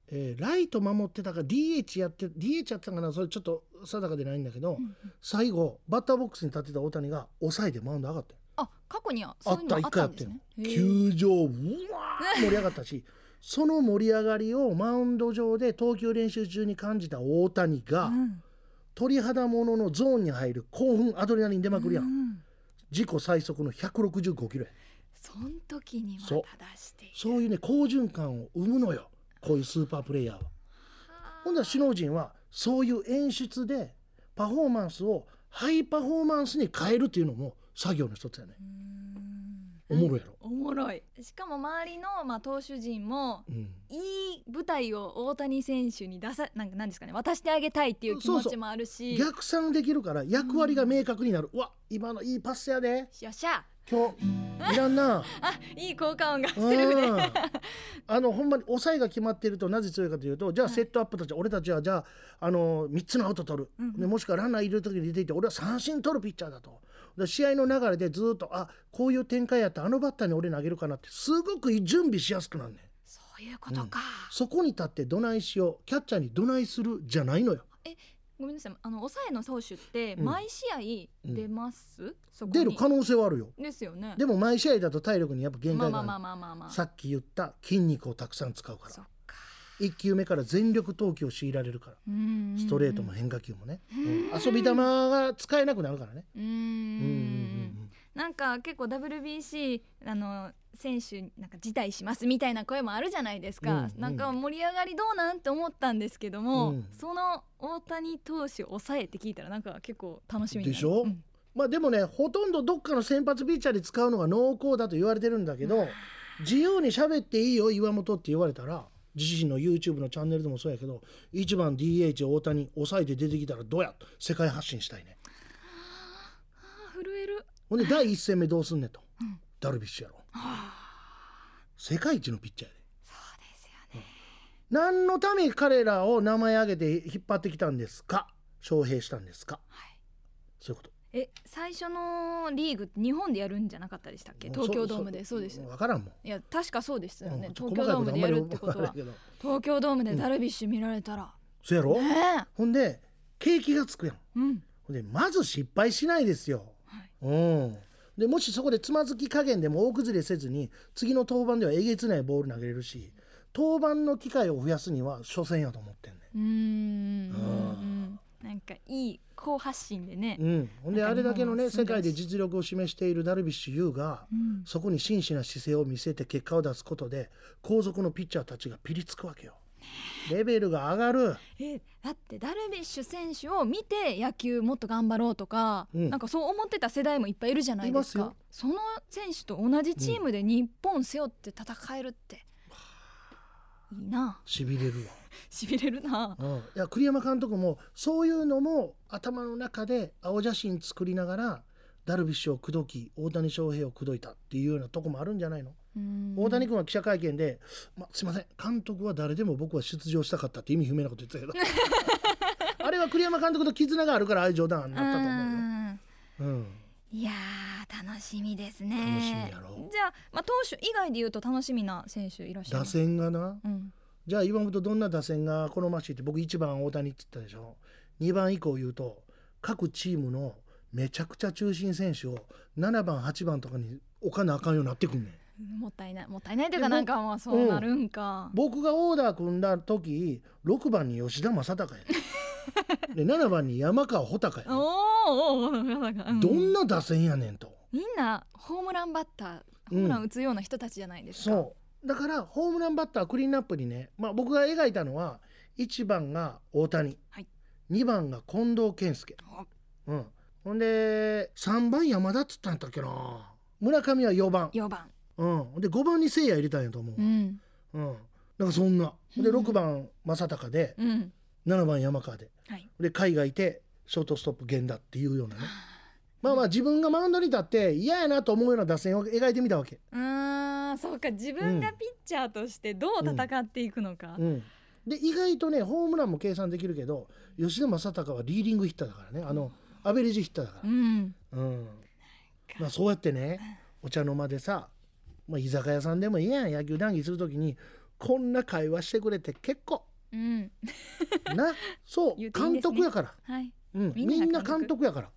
ライト守ってたか DH やってたかな、それちょっと定かでないんだけど、最後バッターボックスに立ってた大谷が抑えてマウンド上がって、 過去にはそういうのあったんですね。 球場うわー盛り上がったしその盛り上がりをマウンド上で投球練習中に感じた大谷が、鳥肌もののゾーンに入る興奮アドレナリン出まくるやん、自己最速の165キロや。 そん時にまた出している。 そういうね好循環を生むのよ、こういうスーパープレイヤーは。ほんで首脳陣はそういう演出でパフォーマンスをハイパフォーマンスに変えるっていうのも作業の一つやね。おもろいやろ。 おもろい。しかも周りの、投手陣も、いい舞台を大谷選手になんですかね、渡してあげたいっていう気持ちもあるし、 逆算できるから役割が明確になる。うわ今のいいパスやで。 よっしゃ今日いらんないい効果音がセルフでほんまに抑えが決まっているとなぜ強いかというと、じゃあセットアップたち、俺たちはじゃあ、3つのアウト取る、でもしくはランナーいる時に出ていて俺は三振取るピッチャーだと。で試合の流れでずっとこういう展開やったらバッターに俺投げるかなってすごく準備しやすくなるねん。 そういうことか、 そこに立ってどないしよう、キャッチャーにどないするじゃないのよ。 ごめんなさい、抑えの投手って毎試合出ます、そこに出る可能性はあるよ。 ですよね。 でも毎試合だと体力にやっぱ限界がある。さっき言った筋肉をたくさん使うから。 そっか。 1球目から全力投球を強いられるから、ストレートも変化球もね、遊び球が使えなくなるからね。 なんか結構 WBC 選手なんか辞退しますみたいな声もあるじゃないですか、なんか盛り上がりどうなんて思ったんですけども、その大谷投手を抑えって聞いたらなんか結構楽しみになるでしょ、でもねほとんどどっかの先発ピッチャーで使うのが濃厚だと言われてるんだけど、自由に喋っていいよ岩本って言われたら、自身の YouTube のチャンネルでもそうやけど、1番 DH 大谷抑えて出てきたらどうや世界発信したいね。 震える。 ほんで第1戦目どうすんねんと、ダルビッシュやろ、世界一のピッチャーやで。 そうですよね、 何のために彼らを名前挙げて引っ張ってきたんですか、招聘したんですか、そういうこと。 最初のリーグ日本でやるんじゃなかったでしたっけ、東京ドームで。そうですよ。 分からんもん。 いや確かそうですよね、東京ドームでやるってことは東京ドームでダルビッシュ見られたら、 そうやろ、ほんで景気がつくやん、ほんでまず失敗しないですよ、でもしそこでつまずき加減でも大崩れせずに次の登板ではえげつないボール投げれるし、登板の機会を増やすには初戦やと思ってんねん。 なんかいい好発信でね、 ほんであれだけのね世界で実力を示しているダルビッシュ有が、そこに真摯な姿勢を見せて結果を出すことで後続のピッチャーたちがピリつくわけよ。レベルが上がる。 だってダルビッシュ選手を見て野球もっと頑張ろうとか、なんかそう思ってた世代もいっぱいいるじゃないですか。その選手と同じチームで日本背負って戦えるって、いいな。 しびれるわ。 しびれるな、 いや栗山監督もそういうのも頭の中で青写真作りながらダルビッシュを口説き大谷翔平を口説いたっていうようなとこもあるんじゃないの。大谷君は記者会見で、すいません監督は誰でも僕は出場したかったって意味不明なこと言ってたけどあれは栗山監督と絆があるからああいう冗談になったと思うよ。 いやー楽しみですね。 楽しみやろ。 じゃあ、投手以外でいうと楽しみな選手いらっしゃいますか。 打線がな、じゃあ岩本どんな打線が好ましいって、僕1番大谷って言ったでしょ。2番以降言うと各チームのめちゃくちゃ中心選手を7番8番とかに置かなあかんようになってくんねん。もったいないというか、なんかそうなるんか、 僕がオーダー組んだ時6番に吉田正尚やで7番に山川穂高やどんな打線やねんと。 みんなホームランバッター、ホームラン打つような人たちじゃないですか。 そうだからホームランバッタークリーンナップにね、僕が描いたのは1番が大谷、2番が近藤健介、ほんで3番山田っつったんやったっけな。村上は4番、で5番に聖夜入れたんやと思う、なんかそんなで6番正尚で、7番山川で、で海外いてショートストップ源田っていうようなね自分がマウンドに立って嫌やなと思うような打線を描いてみたわけ。 そうか、自分がピッチャーとしてどう戦っていくのか、 で意外とねホームランも計算できるけど吉田正尚はリーディングヒッターだからね、アベレージヒッターだから、そうやってねお茶の間でさ、居酒屋さんでもいいやん、野球談義するときにこんな会話してくれて結構、なそう監督やから、みんな監督やから、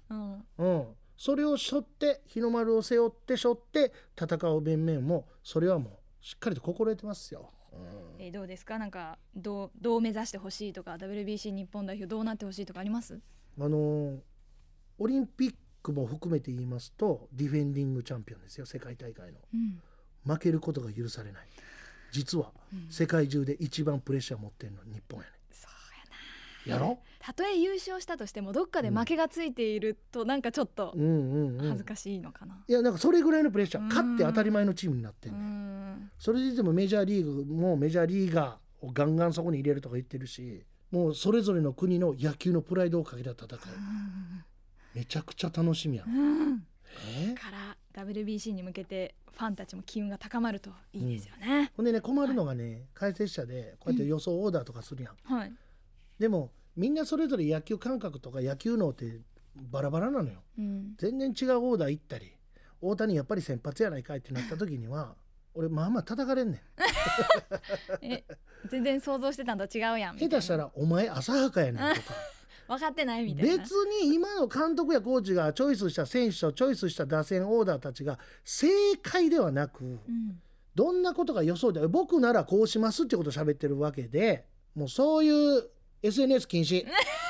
それを背負って日の丸を背負って戦う面々もそれはもうしっかりと心得てますよ。 どうですか、なんかどう目指してほしいとか WBC 日本代表どうなってほしいとかあります？ オリンピックも含めて言いますとディフェンディングチャンピオンですよ、世界大会の、負けることが許されない。実は世界中で一番プレッシャー持ってるの日本やね。 そうやな。 やろ？ たとえ優勝したとしてもどっかで負けがついているとなんかちょっと恥ずかしいのかな。 いやなんかそれぐらいのプレッシャー、勝って当たり前のチームになってんね。それででもメジャーリーグもメジャーリーガーをガンガンそこに入れるとか言ってるし、もうそれぞれの国の野球のプライドをかけた戦い、めちゃくちゃ楽しみやん。 から WBC に向けてファンたちも機運が高まるといいですよね。 ほんでね、困るのがね、解説者でこうやって予想オーダーとかするやん、でもみんなそれぞれ野球感覚とか野球脳ってバラバラなのよ、全然違うオーダー行ったり、大谷やっぱり先発やないかいってなった時には俺まあまあ叩かれんねん全然想像してたんと違うやんみたいな。 下手したらお前浅はかやねんとか分かってないみたいな。 別に今の監督やコーチがチョイスした選手とチョイスした打線オーダーたちが正解ではなく、どんなことが予想で僕ならこうしますってことを喋ってるわけで、もうそういう SNS 禁止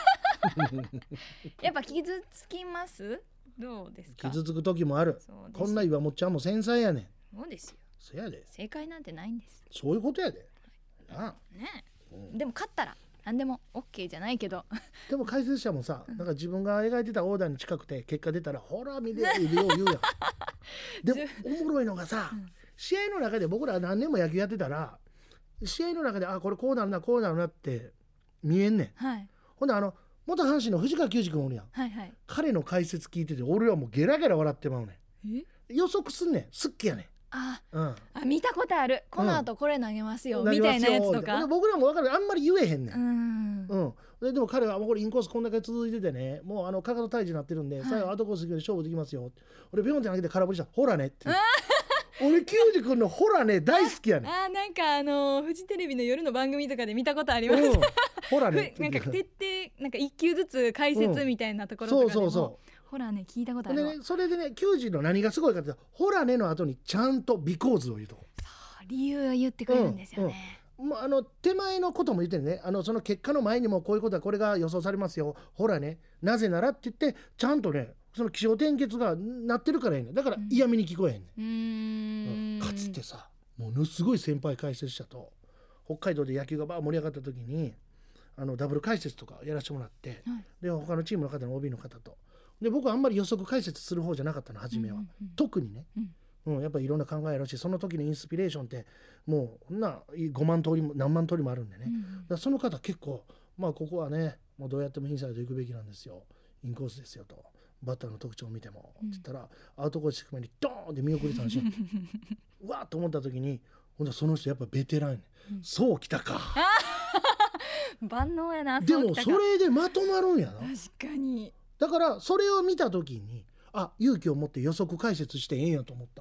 やっぱ傷つきます？どうですか？ 傷つく時もある。こんな岩本ちゃんも繊細やねん。 そうですよ。 そうやで。 正解なんてないんです。 そういうことやで。なあ。 ね、でも勝ったら何でも OK じゃないけどでも解説者もさ、なんか自分が描いてたオーダーに近くて結果出たらほら見てよ言うやんでもおもろいのがさ、試合の中で僕ら何年も野球やってたら試合の中でこれこうなるなこうなるなって見えんねん、ほんで元阪神の藤川球児君おるやん、彼の解説聞いてて俺はもうゲラゲラ笑ってまうねん。予測すんねん、好きやねん。 見たことある、この後これ投げますよ、みたいなやつとか僕らも分かる、あんまり言えへんねん。でも彼はもうこれインコースこんだけ続いててね、もうかかと退治になってるんで、最後アウトコースで勝負できますよ。俺ビョンって投げて空振りした、ほらねって俺球児君のほらね大好きやねん。 なんかフジテレビの夜の番組とかで見たことあります、 ほらねなんか徹底なんか一球ずつ解説みたいなところとかでもほらね聞いたことあるわ。 それでね、球児の何がすごいかってほらねの後にちゃんとビコーズを言うとこ、 理由を言ってくれるんですよね。 手前のことも言ってるね、その結果の前にもこういうことはこれが予想されますよ、ほらねなぜならって言ってちゃんとねその起承転結がなってるからいいね。だから嫌味に聞こえへんね、かつてさものすごい先輩解説者と北海道で野球が盛り上がった時にダブル解説とかやらせてもらって、で他のチームの方の OB の方とで、僕はあんまり予測解説する方じゃなかったの初めは、特にね、やっぱりいろんな考えあるし、その時のインスピレーションってもう5万通りも何万通りもあるんでね、だからその方結構ここはねもうどうやってもインサイド行くべきなんですよ、インコースですよと、バッターの特徴を見ても、って言ったらアウトコース低めにドーンって見送り三振うわっと思った時にほんとその人やっぱベテランやね、そうきたか万能やな。 でもそれでまとまるんやな。 確かに。 だからそれを見た時に勇気を持って予測解説してええんやと思った。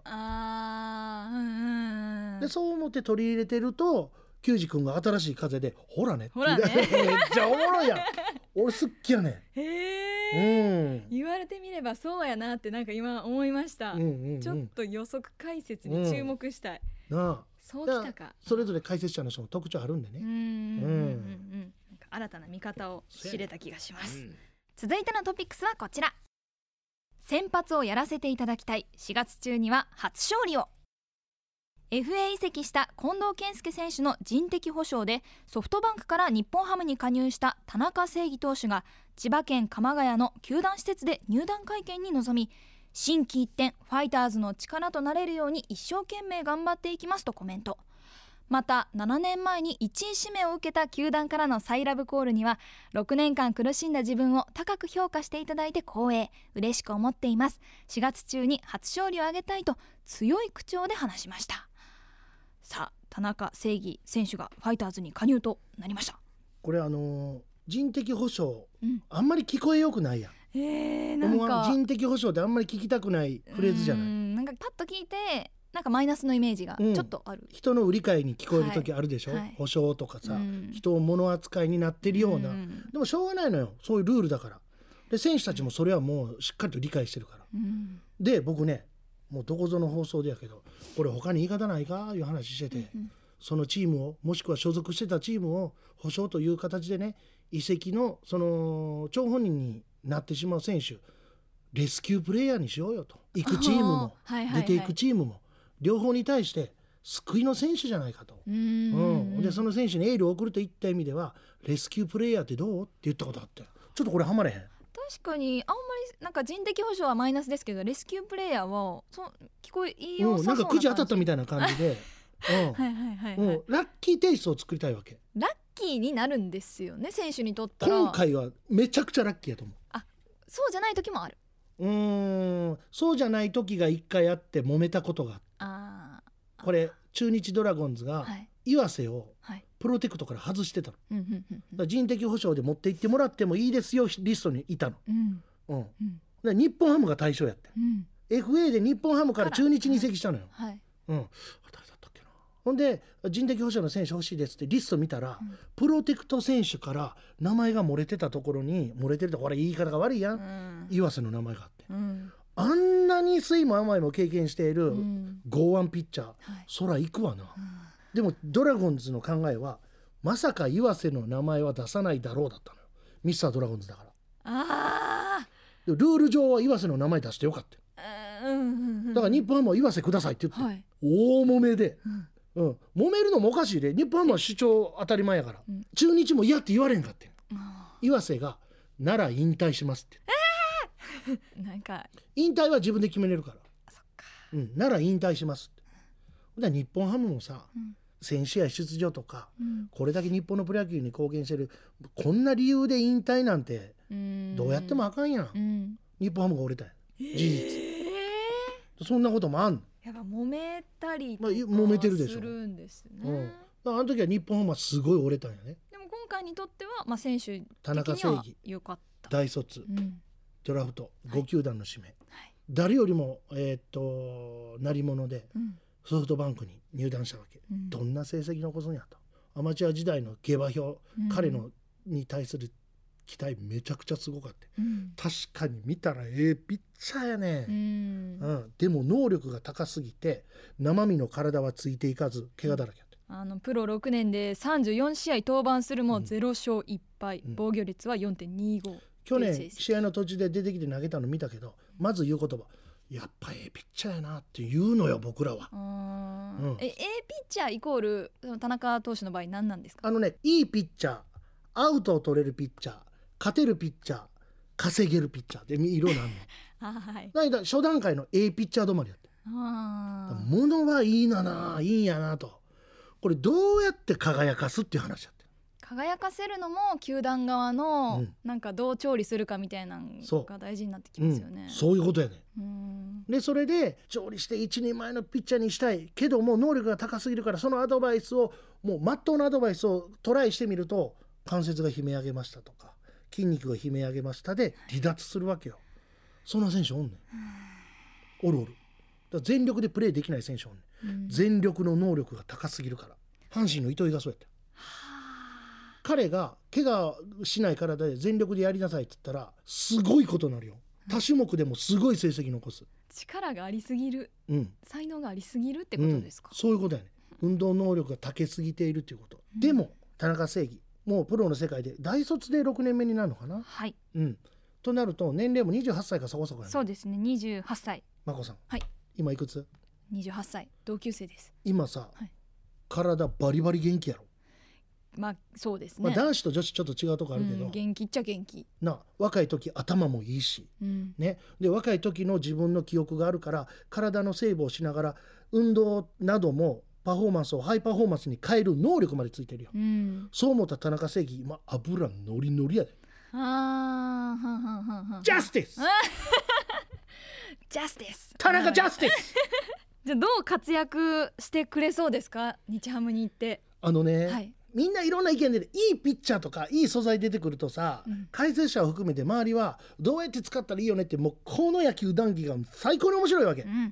でそう思って取り入れてると球児君が新しい風でほらねめっちゃおもろいやん俺好きやねん。 言われてみればそうやなってなんか今思いました、ちょっと予測解説に注目したい、そうきたか。 それぞれ解説者の人の特徴あるんでね、 なんか新たな見方を知れた気がします、続いてのトピックスはこちら。先発をやらせていただきたい、4月中には初勝利を。 FA 移籍した近藤健介選手の人的補償でソフトバンクから日本ハムに加入した田中正義投手が千葉県鎌ヶ谷の球団施設で入団会見に臨み、心機一転ファイターズの力となれるように一生懸命頑張っていきますとコメント。また7年前に1位指名を受けた球団からのサイラブコールには、6年間苦しんだ自分を高く評価していただいて光栄、嬉しく思っています。4月中に初勝利を挙げたいと強い口調で話しました。さあ田中正義選手がファイターズに加入となりました。 これ人的補償、あんまり聞こえよくないやん。なんか人的補償ってあんまり聞きたくないフレーズじゃない。 なんかパッと聞いてなんかマイナスのイメージがちょっとある、 人の売り買いに聞こえる時あるでしょ、保証とかさ、人を物扱いになってるような、でもしょうがないのよ、そういうルールだから。で選手たちもそれはもうしっかりと理解してるから、で僕ねもうどこぞの放送でやけど、これ他に言い方ないかいう話してて、そのチームをもしくは所属してたチームを保証という形でね、移籍のその張本人になってしまう選手レスキュープレイヤーにしようよと、行くチームも出ていくチームも両方に対して救いの選手じゃないかと、でその選手にエールを送るといった意味ではレスキュープレイヤーってどうって言ったことあって、ちょっとこれはまれへん。 確かにあんまりなんか人的保障はマイナスですけど、レスキュープレイヤーは聞こえいいよさそうな感じ、 なんかくじ当たったみたいな感じでラッキーテイストを作りたいわけ。 ラッキーになるんですよね、選手にとったら。 今回はめちゃくちゃラッキーやと思う。 そうじゃない時もある。 そうじゃない時が一回あって揉めたことがあって、これ中日ドラゴンズが岩瀬をプロテクトから外してたの、だから人的保障で持って行ってもらってもいいですよリストにいたの、で日本ハムが対象やって、FA で日本ハムから中日に移籍したのよ、誰だったっけな。ほんで人的保障の選手欲しいですってリスト見たら、プロテクト選手から名前が漏れてたところに、漏れてるとこれ言い方が悪いやん、岩瀬の名前があって、あんなに酸いも甘いも経験している剛腕ピッチャー、そら行くわな、でもドラゴンズの考えはまさか岩瀬の名前は出さないだろうだったのよ、ミスタードラゴンズだから。ルール上は岩瀬の名前出してよかった、だから日本ハムは岩瀬くださいって言って、大揉めで、揉めるのもおかしいで、日本ハムは主張当たり前やから、中日も嫌って言われんかって、岩瀬がなら引退しますってなんか引退は自分で決めれるから、なら引退しますって。で日本ハムもさ、1000試合出場とか、これだけ日本のプロ野球に貢献してる、こんな理由で引退なんてどうやってもあかんやん、日本ハムが折れたんや、事実、そんなこともあんの。 やっぱ揉めたりとか揉めてるでしょするんですね、 あの時は日本ハムはすごい折れたんやね。 でも今回にとっては、選手的田中には良かった。 大卒、ドラフト5球団の指名、誰よりも、鳴り物で、ソフトバンクに入団したわけ、どんな成績残すんやと。アマチュア時代の下馬評、彼のに対する期待めちゃくちゃすごかった、確かに見たらピッチャーやね、でも能力が高すぎて生身の体はついていかず怪我だらけやった、 プロ6年で34試合登板するも0勝1敗、防御率は 4.25、 去年試合の途中で出てきて投げたの見たけど、まず言う言葉、やっぱピッチャーやなって言うのよ僕らは。 ピッチャーイコール田中投手の場合何なんですか？ いいピッチャー、アウトを取れるピッチャー、勝てるピッチャー、稼げるピッチャーで色なんのだから初段階のピッチャー止まりやって、ものはいいいいんやなと、これどうやって輝かすっていう話やって、 輝かせるのも球団側のなんかどう調理するかみたいなのが大事になってきますよね。 そういうことやね。でそれで調理して一人前のピッチャーにしたいけども能力が高すぎるから、そのアドバイスをもう真っ当なアドバイスをトライしてみると、関節が悲鳴上げましたとか筋肉が悲鳴上げましたで離脱するわけよ。そんな選手おんねん、おる。だから全力でプレーできない選手おんねん、全力の能力が高すぎるから。阪神の糸井がそうやった。彼が怪我しない体で全力でやりなさいって言ったらすごいことになるよ。多種目でもすごい成績残す。 力がありすぎる、才能がありすぎるってことですか？ そういうことやね。運動能力が長けすぎているということ、でも田中正義もうプロの世界で大卒で6年目になるのかな。となると年齢も28歳かそこそこやね。 そうですね、28歳。 眞子さん、今いくつ ？28歳、同級生です。 今さ、体バリバリ元気やろ。 そうですね、 男子と女子ちょっと違うとこあるけど、 元気っちゃ元気な。若い時頭もいいし、ね、で若い時の自分の記憶があるから体のセーブをしながら運動などもパフォーマンスをハイパフォーマンスに変える能力までついてるよ、そう思った田中正義今油ノリノリやで。ジャスティスジャスティス田中ジャスティスじゃあどう活躍してくれそうですか、日ハムに行って。 みんないろんな意見で、いいピッチャーとかいい素材出てくるとさ、解説者を含めて周りはどうやって使ったらいいよねって、もうこの野球談義が最高に面白いわけ、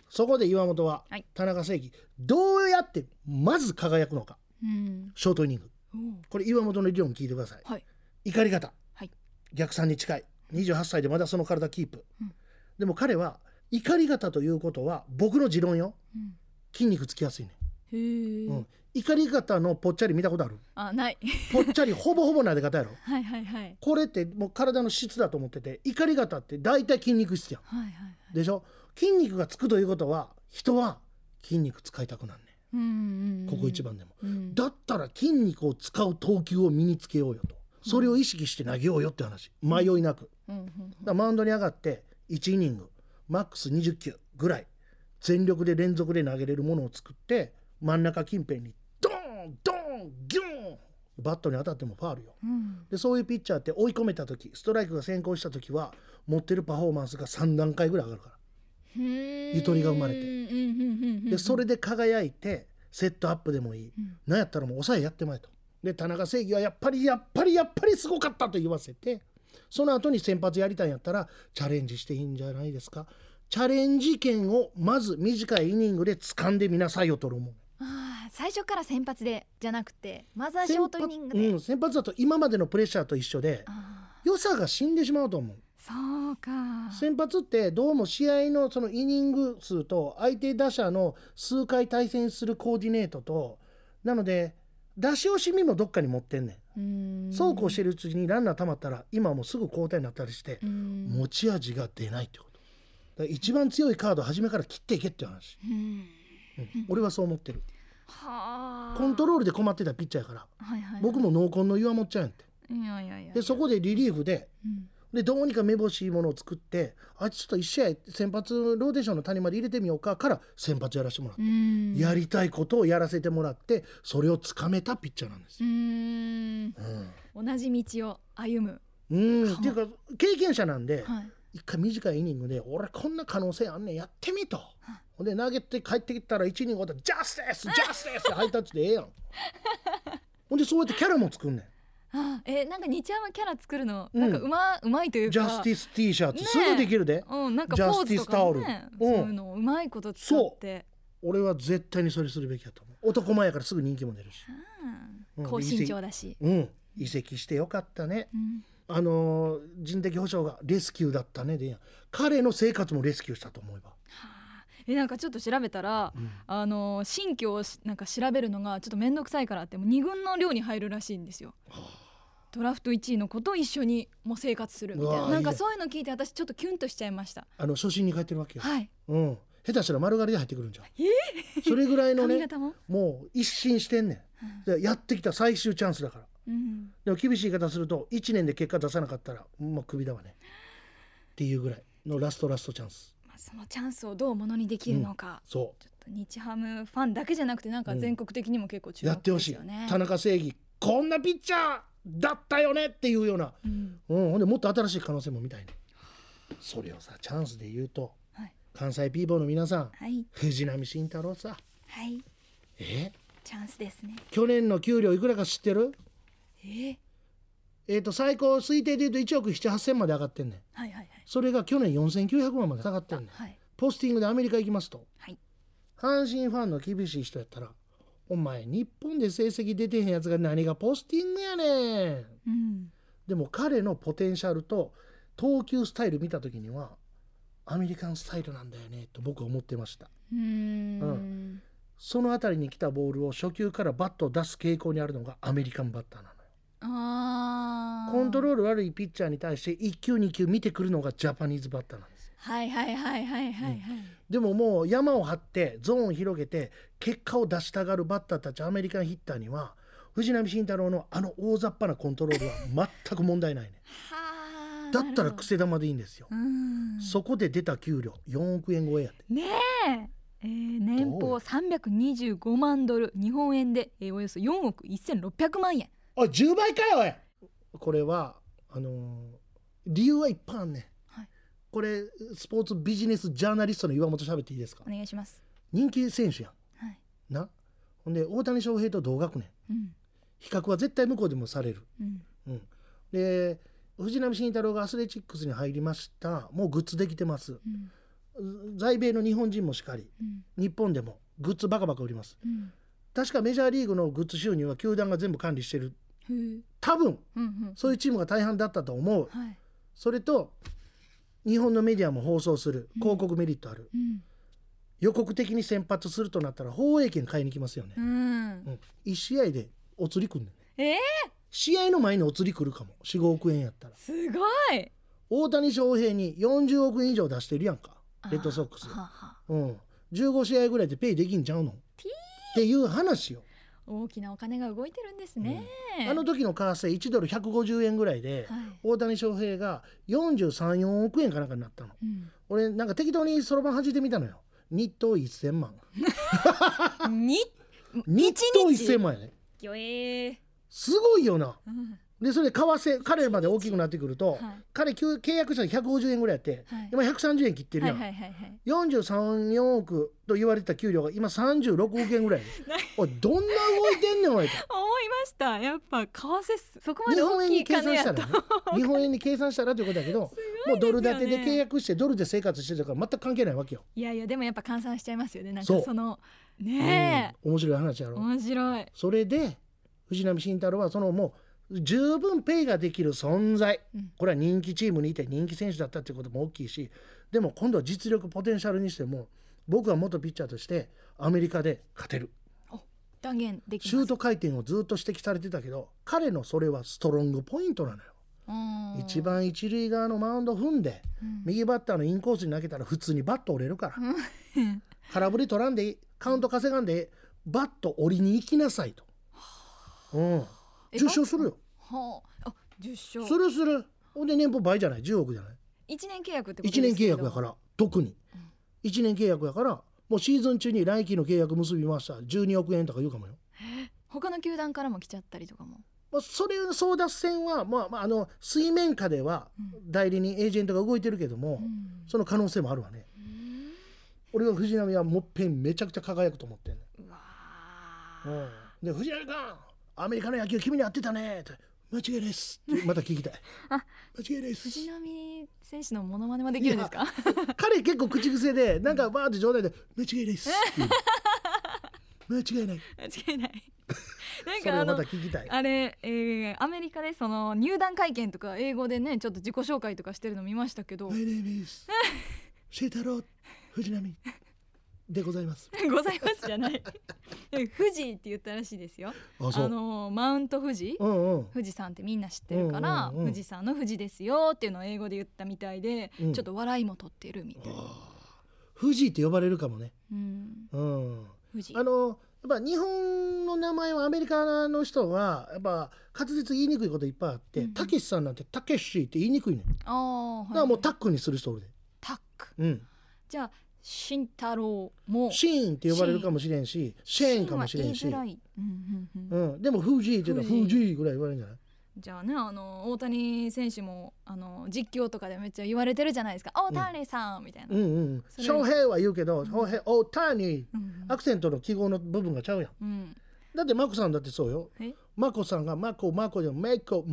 そこで岩本は田中正義どうやってまず輝くのか、ショートイニング、これ岩本の理論聞いてください、はい、怒り方、はい、逆算に近い28歳でまだその体キープ、でも彼は怒り方ということは僕の持論よ、筋肉つきやすいね。へー、怒り方のぽっちゃり見たことある？ ない。 ぽっちゃりほぼほぼ撫で方やろはいはいはい。 これってもう体の質だと思ってて、怒り方って大体筋肉質やん、はいはいはい、でしょ。筋肉がつくということは人は筋肉使いたくなんね、ここ一番でも、だったら筋肉を使う投球を身につけようよと、それを意識して投げようよって話、迷いなく、だからマウンドに上がって1イニングマックス20球ぐらい全力で連続で投げれるものを作って、真ん中近辺にドーンドーンギューン、バットに当たってもファールよ、でそういうピッチャーって追い込めた時、ストライクが先行した時は持ってるパフォーマンスが3段階ぐらい上がるから、ゆとりが生まれて、でそれで輝いてセットアップでもいい、なんやったらもう抑えやってまえと。で田中正義はやっぱりすごかったと言わせて、その後に先発やりたいんやったらチャレンジしていいんじゃないですか。チャレンジ権をまず短いイニングで掴んでみなさいよと思う。 最初から先発でじゃなくて、まずはショートイニングで、 先発だと今までのプレッシャーと一緒で良さが死んでしまうと思う。 そうか。 先発ってどうも試合のそのイニング数と相手打者の数回対戦するコーディネートと、なので出し惜しみもどっかに持ってんねん。そうこうしてるうちにランナー溜まったら今もうすぐ交代になったりして持ち味が出ないってことだから、一番強いカード初めから切っていけっていう話、俺はそう思ってる。コントロールで困ってたピッチャーやから、僕も濃紺の岩本ちゃんやって、でそこでリリーフで、でどうにかめぼしいものを作って、ちょっと1試合先発ローテーションの谷まで入れてみようかから先発やらせてもらって、やりたいことをやらせてもらって、それをつかめたピッチャーなんですよ。 同じ道を歩むっていうか経験者なんで、一回短いイニングで俺こんな可能性あんねんやってみと、ほんで投げて帰ってきたら1イニング終わったらジャスティスジャスティスってハイタッチでええやんほんでそうやってキャラも作んねん。 なんか日ハムキャラ作るのなんかうまいというか、 ジャスティス T シャツすぐできるで、 なんかポーズとかもね、そういうのうまいこと使って、 俺は絶対にそれするべきだと思う。男前やからすぐ人気も出るし、 高身長だし、 移籍してよかったね、人的保障がレスキューだったねで、彼の生活もレスキューしたと思えば。 なんかちょっと調べたら、新居をなんか調べるのがちょっと面倒くさいからって、もう2軍の寮に入るらしいんですよ。ドラフト1位の子と一緒にもう生活するみたいな、なんかそういうの聞いて私ちょっとキュンとしちゃいました。 初心に帰ってるわけよ。下手したら丸刈りで入ってくるんじゃん、それぐらいのねもう一新してんねん、でやってきた最終チャンスだから、でも厳しい言い方すると1年で結果出さなかったらもうクビだわねっていうぐらいのラストチャンス、 そのチャンスをどうものにできるのか、 そうちょっと日ハムファンだけじゃなくてなんか全国的にも結構注目ですよね、 やってほしい。田中正義こんなピッチャーだったよねっていうような、ほんでもっと新しい可能性も見たいね。それをさチャンスで言うと、関西ピーポーの皆さん、藤浪晋太郎さ、 チャンスですね。 去年の給料いくらか知ってる？最高推定で言うと1億7、8千まで上がってんねん、それが去年4900万まで下がってんねん、ポスティングでアメリカ行きますと、阪神ファンの厳しい人やったら、お前日本で成績出てへんやつが何がポスティングやねん、でも彼のポテンシャルと投球スタイル見た時にはアメリカンスタイルなんだよねと僕は思ってました。そのあたりに来たボールを初球からバットを出す傾向にあるのがアメリカンバッターなのよ。コントロール悪いピッチャーに対して1球2球見てくるのがジャパニーズバッターなんですよ。でももう山を張ってゾーンを広げて結果を出したがるバッターたち、アメリカンヒッターには藤浪晋太郎の大雑把なコントロールは全く問題ないねだったら癖玉でいいんですよ。そこで出た給料4億円超えやってねえ、年俸325万ドル、日本円で、およそ4億1600万円。 おい10倍かよおい。これは理由はいっぱいあんねん、これスポーツビジネスジャーナリストの岩本喋っていいですか？ お願いします。 人気選手やん、な、ほんで大谷翔平と同学年、比較は絶対向こうでもされる、で藤浪晋太郎がアスレチックスに入りました。もうグッズできてます、 在米の日本人もしかり、日本でもグッズバカバカ売ります、確かメジャーリーグのグッズ収入は球団が全部管理してる、多分、そういうチームが大半だったと思う、それと日本のメディアも放送する広告メリットある、予告的に先発するとなったら放映権買いに来ますよね、1試合でお釣りくんねん、試合の前にお釣り来るかも、4、5億円やったら。 すごい。 大谷翔平に40億円以上出してるやんか、レッドソックス、15試合ぐらいでペイできんちゃうのっていう話よ。 大きなお金が動いてるんですね、 あの時の為替1ドル150円ぐらいで、大谷翔平が43、4億円かなんかになったの、俺なんか適当にそろばん弾いてみたのよ。日当1000万日当1000万やね。すごいよな、でそれで為替彼まで大きくなってくると、彼契約したら150円ぐらいやって、今130円切ってるやん、43、4億と言われてた給料が今36億円ぐらいおいどんな動いてんねんおいと思いました。やっぱ為替そこまで大きい金やと日本円に計算したらということだけど、もうドル建てで契約してドルで生活してたから全く関係ないわけよ。 いやいやでもやっぱ換算しちゃいますよね。なんかそのね面白い話やろ。 面白い。 それで藤浪晋太郎はそのもう十分ペイができる存在、これは人気チームにいて人気選手だったっていうことも大きいし、でも今度は実力ポテンシャルにしても僕は元ピッチャーとしてアメリカで勝てる。 断言できます。 シュート回転をずっと指摘されてたけど、彼のそれはストロングポイントなのよ。一番一塁側のマウンド踏んで、右バッターのインコースに投げたら普通にバット折れるから、空振り取らんでいい、カウント稼がんでいい、バット折りに行きなさいと。10勝するよ。 10勝する。ほんで年俸倍じゃない、10億じゃない。 1年契約ってことですけど。 1年契約やから、特に、1年契約やからもうシーズン中に来季の契約結びました12億円とか言うかもよ。 他の球団からも来ちゃったりとかも。 それ争奪戦は、水面下では代理人エージェントが動いてるけども、その可能性もあるわね。俺は藤浪はもっぺんめちゃくちゃ輝くと思ってんね。で藤浪君アメリカの野球君に合ってたねって間違いないですってまた聞きたい間違いないです。 藤浪選手のモノマネはできるんですか？ 彼結構口癖でなんかバーって冗談で間違いないです間違いないなんかまた聞きたい。 あれ、アメリカでその入団会見とか英語でねちょっと自己紹介とかしてるの見ましたけど、 My name is シェタロウ藤浪でございますございますじゃない富士って言ったらしいですよ。マウント富士、富士山ってみんな知ってるから、富士山の富士ですよっていうのを英語で言ったみたいで、ちょっと笑いも取ってるみたいな。 富士って呼ばれるかもね。 富士やっぱ日本の名前はアメリカの人はやっぱ滑舌言いにくいこといっぱいあって、たけしさんなんてたけしって言いにくいねん。だからもうタックにする人おるで。タック、 じゃあ慎太郎もシーンって呼ばれるかもしれんし、シェーンかもしれんし、でもフージーって言ったらフージーぐらい言われるんじゃない？ じゃあね、大谷選手も実況とかでめっちゃ言われてるじゃないですか。大谷さんみたいな。 翔平は言うけど、翔平大谷、アクセントの記号の部分がちゃうやん。だってマコさんだってそうよ。マコさんがマコでもメコ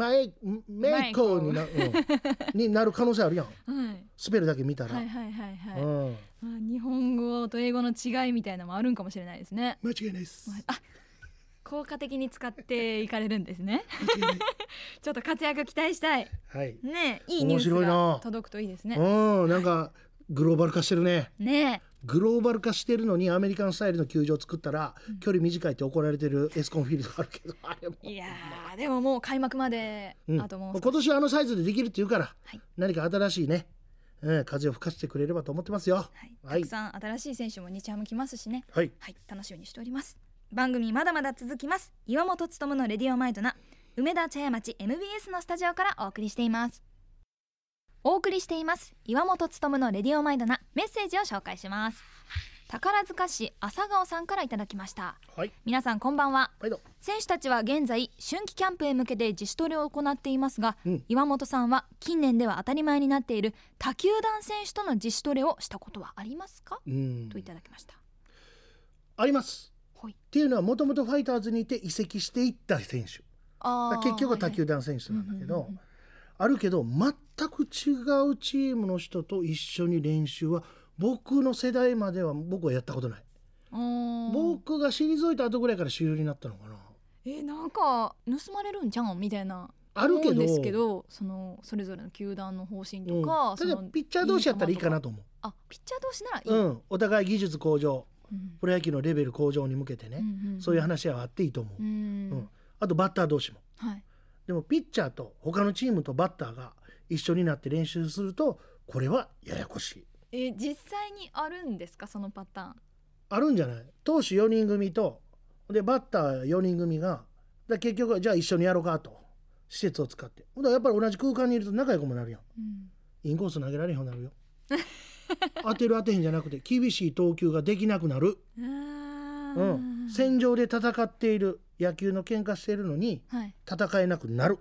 になる可能性あるやん。スペルだけ見たら。 日本語と英語の違いみたいなのもあるんかもしれないですね。 間違いないです。 効果的に使っていかれるんですね。ちょっと活躍期待したい。ね、いいニュースが届くといいですね。 なんかグローバル化してるね。グローバル化してるのにアメリカンスタイルの球場を作ったら、距離短いって怒られてるエスコンフィールドがあるけど、あれもいやでももう開幕まであともう今年はサイズでできるっていうから、何か新しいね、風を吹かせてくれればと思ってますよ。 たくさん新しい選手も日ハム来ますしね。楽しみにしております。番組まだまだ続きます。岩本勉のレディオマイドナ、梅田茶屋町 MBS のスタジオからお送りしています。岩本勉のレディオマイドナ、メッセージを紹介します。宝塚市朝顔さんからいただきました。皆さんこんばんは。選手たちは現在春季キャンプへ向けて自主トレを行っていますが、岩本さんは近年では当たり前になっている他球団選手との自主トレをしたことはありますか？といただきました。 あります。っていうのはもともとファイターズにいて移籍していった選手、結局は他球団選手なんだけど、 あるけど全く違うチームの人と一緒に練習は僕の世代までは僕はやったことない。僕が退いた後ぐらいから主流になったのかな。 なんか盗まれるんじゃんみたいなあるけどですけど、それぞれの球団の方針とか、 ただピッチャー同士やったらいいかなと思う。 ピッチャー同士ならいい、 お互い技術向上、プロ野球のレベル向上に向けてね、そういう話はあっていいと思う、あとバッター同士も、でもピッチャーと他のチームとバッターが一緒になって練習するとこれはややこしい。 実際にあるんですか、そのパターン。 あるんじゃない。投手4人組とでバッター4人組が結局じゃあ一緒にやろうかと、施設を使って。やっぱり同じ空間にいると仲良くもなるやん、インコース投げられへんようになるよ当てる当てへんじゃなくて厳しい投球ができなくなる。戦場で戦っている、野球の喧嘩しているのに戦えなくなる、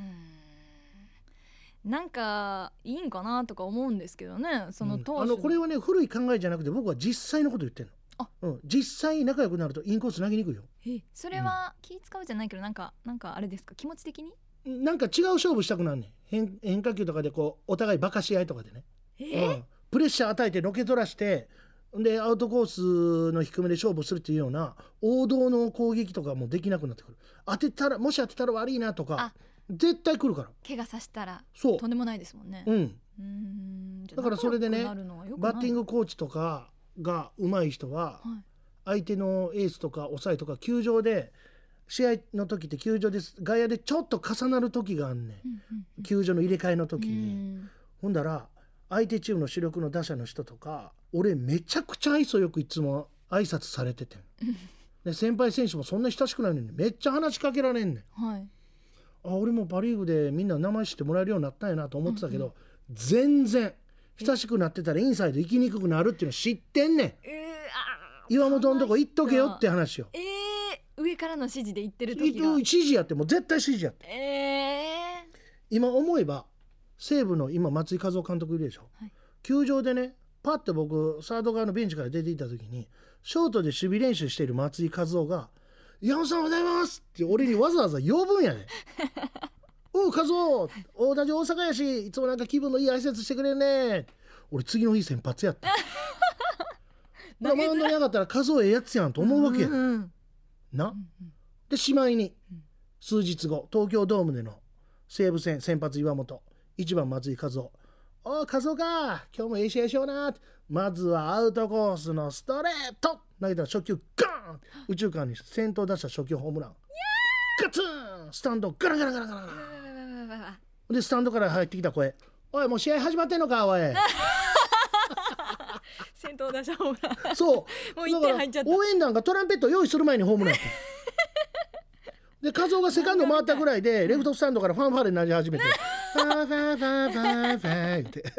なんかいいんかなとか思うんですけどね、その当時これはね古い考えじゃなくて僕は実際のこと言ってんの。実際仲良くなるとインコース投げにくいよ。 それは気使うじゃないけど、なんかあれですか、気持ち的になんか違う勝負したくなんねん。変化球とかでこうお互いバカし合いとかでね、プレッシャー与えてのけ取らしてでアウトコースの低めで勝負するっていうような王道の攻撃とかもできなくなってくる。もし当てたら悪いなとか絶対来るから。 怪我させたらそうとんでもないですもんね。 だからそれでね、バッティングコーチとかが上手い人は、相手のエースとか抑えとか球場で試合の時って球場で外野でちょっと重なる時があんねん、球場の入れ替えの時に、ほんだら相手チームの主力の打者の人とか俺めちゃくちゃ愛想よくいつも挨拶されててで先輩選手もそんな親しくないのにめっちゃ話しかけられんねん、俺もパリーグでみんな名前知ってもらえるようになったんやなと思ってたけど、全然親しくなってたらインサイド行きにくくなるっていうの知ってんねん。岩本のとこ行っとけよって話よ。 上からの指示で言ってる時が指示やってもう絶対指示やって、今思えば西武の今松井稼頭監督いるでしょ、球場でねパッと僕サード側のベンチから出ていった時にショートで守備練習している松井稼頭が山本さんおはようございますって俺にわざわざ呼ぶんやねおう稼頭同じ大阪やしいつもなんか気分のいい挨拶してくれるね。俺次の日先発やったマウンドに上がったら稼頭ええやつやんと思うわけや、な。でしまいに数日後東京ドームでの西武戦先発岩本1番松井稼頭、おう稼頭か今日もええ試合しような。まずはアウトコースのストレート投げたら初球ガーン宇宙間に先頭打者初球ホームランガツンスタンドガラガラガラガラでスタンドから入ってきた声、おいもう試合始まってんのかおい先頭打者ホームランそうもう1点入っちゃった。 応援団がトランペット用意する前にホームランで稼頭がセカンド回ったぐらいでレフトスタンドからファンファーレになり始めてファーファーファーファーファーって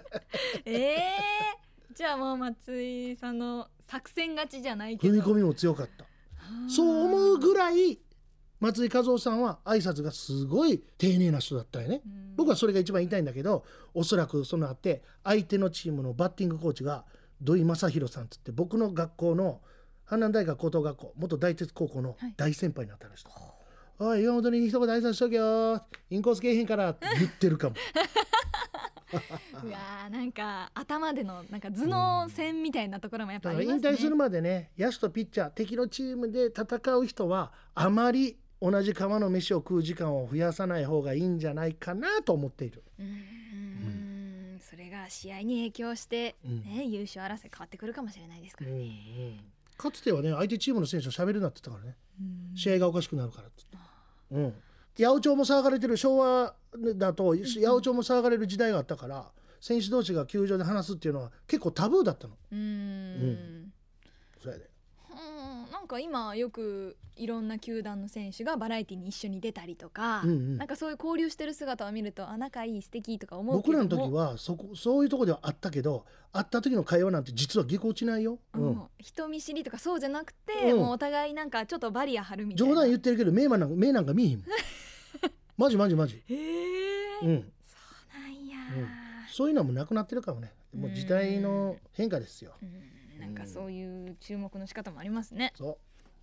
じゃあもう松井さんの作戦勝ちじゃないけど踏み込みも強かった。そう思うぐらい松井稼頭さんは挨拶がすごい丁寧な人だったよね。僕はそれが一番言いたいんだけど、おそらくそのあって相手のチームのバッティングコーチが土井正弘さんつって僕の学校の阪南大学高等学校元大鉄高校の大先輩になったらしい、おい岩本に一言挨拶しとけよインコースけえへんからって言ってるかもうわなんか頭でのなんか頭脳戦みたいなところもやっぱありますね。 だから引退するまでね野手とピッチャー敵のチームで戦う人はあまり同じ釜の飯を食う時間を増やさない方がいいんじゃないかなと思っている。 それが試合に影響して、優勝争い変わってくるかもしれないですからね、 かつてはね相手チームの選手と喋るなって言ったからね、試合がおかしくなるからって言って、八百長も騒がれてる昭和だと八百長も騒がれる時代があったから選手同士が球場で話すっていうのは結構タブーだったの。そうやで。 なんか今よくいろんな球団の選手がバラエティに一緒に出たりとか、なんかそういう交流してる姿を見ると仲いい素敵とか思うけども、 僕らの時はそういうとこではあったけど会った時の会話なんて実はぎこちないよ、 人見知りとかそうじゃなくて、もうお互いなんかちょっとバリア張るみたいな。 冗談言ってるけど目なんか見えへんマジそうなんや、 そういうのもなくなってるかもね。もう時代の変化ですよ。 なんかそういう注目の仕方もありますね。 そう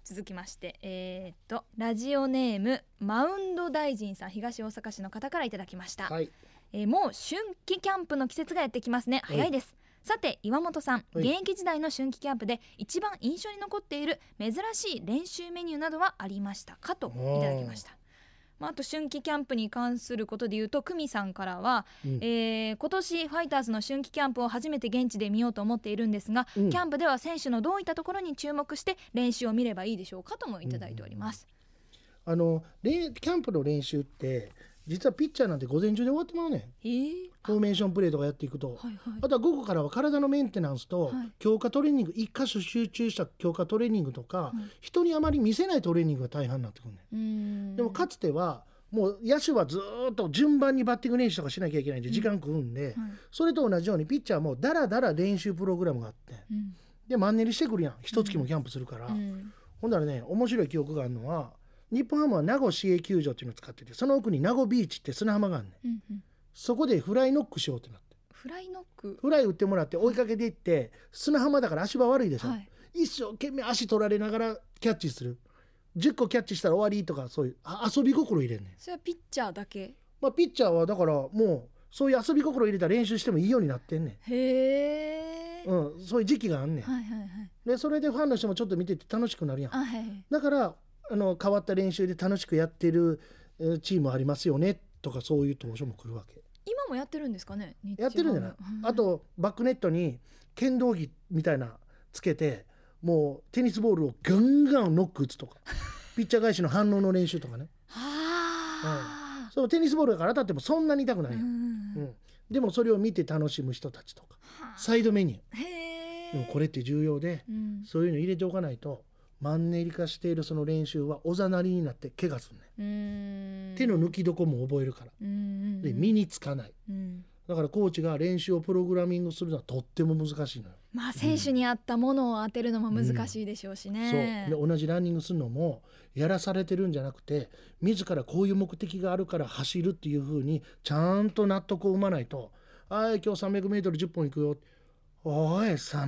続きましてラジオネームマウンド大臣さん、東大阪市の方からいただきました、はい。もう春季キャンプの季節がやってきますね。早いです。さて岩本さん、現役時代の春季キャンプで一番印象に残っている珍しい練習メニューなどはありましたかといただきました。あと春季キャンプに関することでいうと、久美さんからは、今年ファイターズの春季キャンプを初めて現地で見ようと思っているんですが、キャンプでは選手のどういったところに注目して練習を見ればいいでしょうかともいただいております。 キャンプの練習って実はピッチャーなんて午前中で終わってまうねん。フォーメーションプレーとかやっていくと、あとは午後からは体のメンテナンスと強化トレーニング、一箇所集中した強化トレーニングとか、人にあまり見せないトレーニングが大半になってくるねん。でもかつてはもう野手はずっと順番にバッティング練習とかしなきゃいけないんで時間食うんで、それと同じようにピッチャーもだらだら練習プログラムがあって、でマンネリしてくるやん、一月もキャンプするから、ほんならね、面白い記憶があるのは、日本ハムは名護市営球場っていうのを使ってて、その奥に名護ビーチって砂浜があるね、そこでフライノックしようってなって、 フライノック、 フライ打ってもらって追いかけていって、砂浜だから足場悪いでしょ、一生懸命足取られながらキャッチする、10個キャッチしたら終わりとか、そういう遊び心入れんねん。 それはピッチャーだけ？ ピッチャーはだからもうそういう遊び心入れたら練習してもいいようになってんねん。 へー、そういう時期があんねん、でそれでファンの人もちょっと見てて楽しくなるやん、だから変わった練習で楽しくやってるチームありますよねとか、そういう投手も来るわけ。 今もやってるんですかね？ やってるんじゃない、あとバックネットに剣道着みたいなつけて、もうテニスボールをガンガンノック打つとかピッチャー返しの反応の練習とかねそう、テニスボールだから当たってもそんなに痛くないよ、でもそれを見て楽しむ人たちとか、サイドメニュー、でもこれって重要で、そういうの入れておかないとマンネリ化しているその練習はおざなりになって怪我するね。手の抜きどこも覚えるから、で身につかない、だからコーチが練習をプログラミングするのはとっても難しいのよ。 選手に合ったものを当てるのも難しいでしょうしね、 そうで、同じランニングするのもやらされてるんじゃなくて、自らこういう目的があるから走るっていう風にちゃんと納得を生まないと、今日 300m10 本行くよ、おい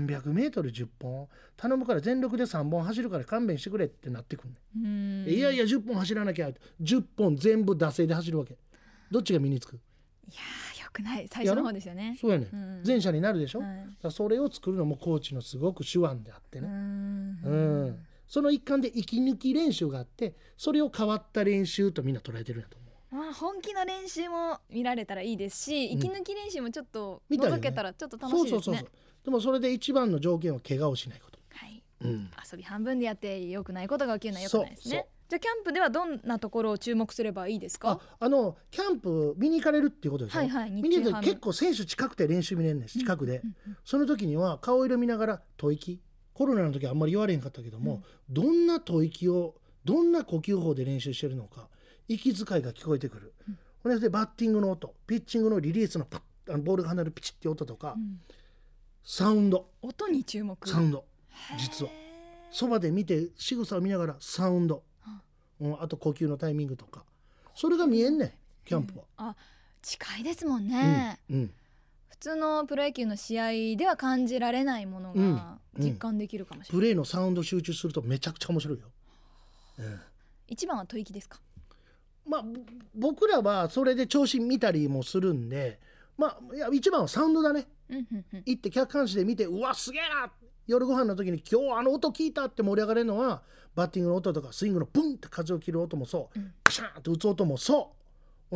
300m10 本頼むから全力で3本走るから勘弁してくれってなってくるね。いやいや10本走らなきゃ、10本全部惰性で走るわけ。どっちが身につく？ いやよくない、最初の方ですよね。 そうやね、前者になるでしょ、だからそれを作るのもコーチのすごく手腕であってね、その一環で息抜き練習があって、それを変わった練習とみんな捉えてるんだと思う。 本気の練習も見られたらいいですし、息抜き練習もちょっと覗けたらちょっと楽しいですね。そうでもそれで一番の条件は怪我をしないこと、 遊び半分でやって良くないことが起きるのは良くないですね。じゃあキャンプではどんなところを注目すればいいですか？ キャンプ見に行かれるっていうことでしょ、見に行くと結構選手近くて練習見れんねん、近くで、その時には顔色見ながら吐息、コロナの時はあんまり言われへんかったけども、どんな吐息をどんな呼吸法で練習してるのか、息遣いが聞こえてくる、それでバッティングの音、ピッチングのリリースのパッ、ボールが離れるピチッって音とか、サウンド、 音に注目、 サウンド、実はそばで見て仕草を見ながらサウンド、あと呼吸のタイミングとか、それが見えんねん、キャンプは。 近いですもんね、普通のプロ野球の試合では感じられないものが実感できるかもしれない、 プレーのサウンド集中するとめちゃくちゃ面白いよ、 一番は吐息ですか？ 僕らはそれで調子見たりもするんで、いや一番はサウンドだね、行って客観視で見て、うわすげえな、夜ご飯の時に今日あの音聞いたって盛り上がれるのは、バッティングの音とかスイングのブンって風を切る音もそう、カシャーンと打つ音もそう、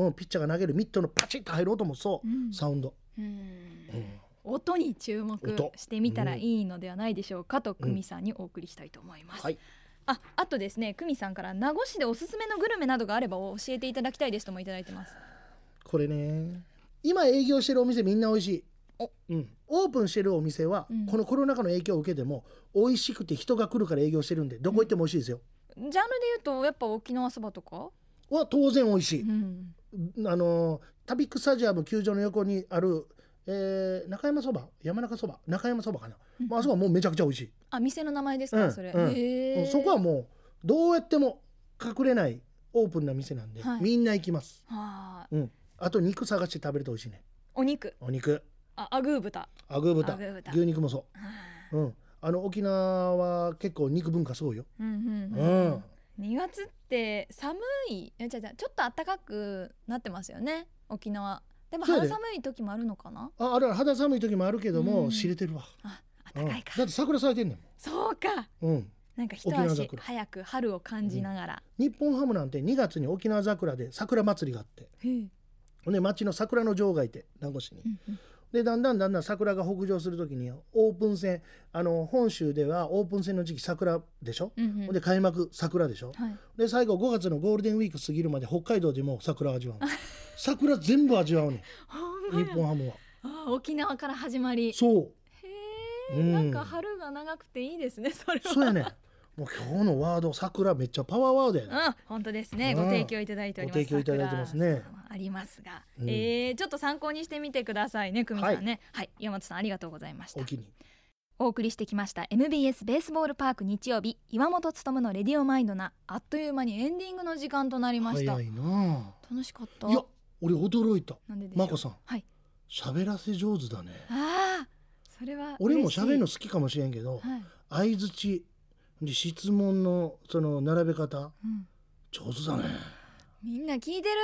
ピッチャーが投げるミットのパチッと入る音もそう、サウンド、 音に注目してみたらいいのではないでしょうかと久美さんにお送りしたいと思います、あとですね、久美さんから名護市でおすすめのグルメなどがあれば教えていただきたいですともいただいてます。 これね、今営業してるお店みんな美味しい、オープンしてるお店は、このコロナ禍の影響を受けても美味しくて人が来るから営業してるんで、どこ行っても美味しいですよ、 ジャンルで言うとやっぱ沖縄そばとかは当然美味しい、タビックスタジアム球場の横にある、中山そば、山中そば、中山そばかな、あそこはもうめちゃくちゃ美味しい。 店の名前ですか、それ、 そこはもうどうやっても隠れないオープンな店なんで、みんな行きます、あと肉探して食べると美味しいね。 お肉、 アグー豚、牛肉もそう、 沖縄は結構肉文化そうよ。 2月って寒い、ちょっと暖かくなってますよね沖縄。でも肌寒い時もあるのかな。 ある肌寒い時もあるけども、知れてるわ。 暖かいか、 だって桜咲いてんねんもん。 そうか、なんか一足早く春を感じながら、 日本ハムなんて2月に沖縄桜で桜祭りがあって、で町の桜の場外って名護市に、でだんだん桜が北上するときにオープン戦、本州ではオープン戦の時期桜でしょ、で開幕桜でしょ、で最後5月のゴールデンウィーク過ぎるまで北海道でも桜味わう桜全部味わうね日本ハムは。 沖縄から始まり。 そう、 なんか春が長くていいですねそれは。 そうやね。もう今日のワード桜めっちゃパワーワードやね。 本当ですね、ご提供いただいております。 ご提供いただいてますね。 ありますが、ちょっと参考にしてみてくださいね、久美さんね。岩本さんありがとうございました。お送りしてきました MBS ベースボールパーク日曜日、岩本勉のレディオマインドな、あっという間にエンディングの時間となりました。 早いな。 楽しかった。 いや俺驚いた。 なんででしょう。 まこさん、喋らせ上手だね。 それは俺も喋るの好きかもしれんけど、相づちで質問のその並べ方、上手だね。 みんな聞いてる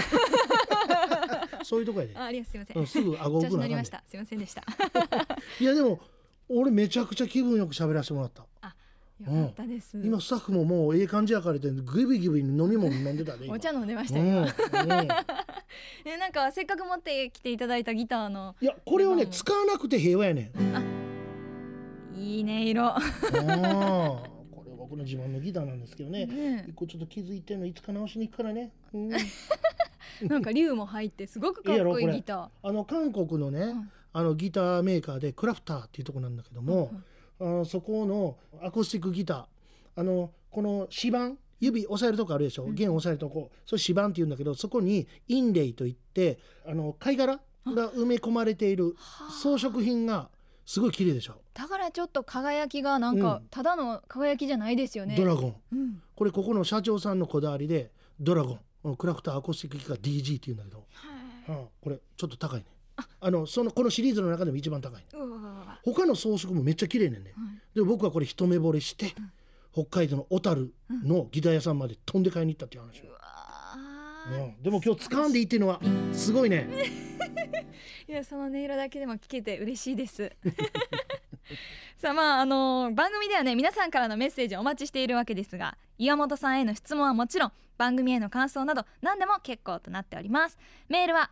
そういうとこやで。 ありがとうございます。 すぐ顎を調子乗りました。すいませんでした。 いやでも俺めちゃくちゃ気分よく喋らせてもらった。 よかったです。 今スタッフももうええ感じやからってグビグビ飲み物飲んでたで。 お茶飲んでましたよ。なんかせっかく持ってきていただいたギターの、 いやこれをね使わなくて平和やねん。いい音色。 これ僕の自慢のギターなんですけどね。一個ちょっと気づいてるのいつか直しに行くからね。 なんか竜も入ってすごくかっこいいギター。韓国のね、ギターメーカーでクラフターっていうところなんだけども、そこのアコースティックギター、この指板指押さえるとこあるでしょ、弦押さえるとこ、それ指板っていうんだけど、そこにインレイといって貝殻が埋め込まれている装飾品がすごい綺麗でしょ。 だからちょっと輝きがなんかただの輝きじゃないですよね。 ドラゴン、これここの社長さんのこだわりでドラゴンクラフターアコースティックギター DG っていうんだけど、これちょっと高いね。このシリーズの中でも一番高いね。他の装飾もめっちゃ綺麗ねんね。で僕はこれ一目惚れして、北海道の小樽のギター屋さんまで飛んで買いに行ったっていう話。でも今日使わんでいいっていうのはすごいね。 いやその音色だけでも聞けて嬉しいです。さあ番組ではね、皆さんからのメッセージをお待ちしているわけですが、岩本さんへの質問はもちろん番組への感想など何でも結構となっております。メールは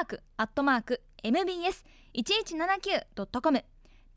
park@mbs1179.com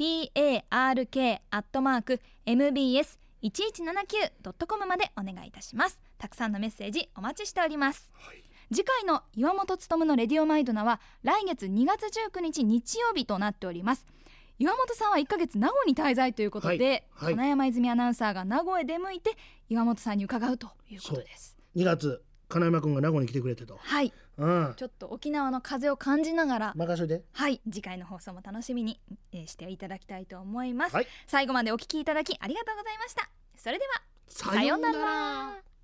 park@mbs1179.com までお願いいたします。たくさんのメッセージお待ちしております。次回の岩本勉のレディオマイドナは来月2月19日日曜日となっております。岩本さんは1ヶ月名護に滞在ということで、金山泉アナウンサーが名護へ出向いて岩本さんに伺うということです。 2月金山くんが名護に来てくれてと。 ちょっと沖縄の風を感じながら任せて。 次回の放送も楽しみにしていただきたいと思います。最後までお聞きいただきありがとうございました。それではさようなら。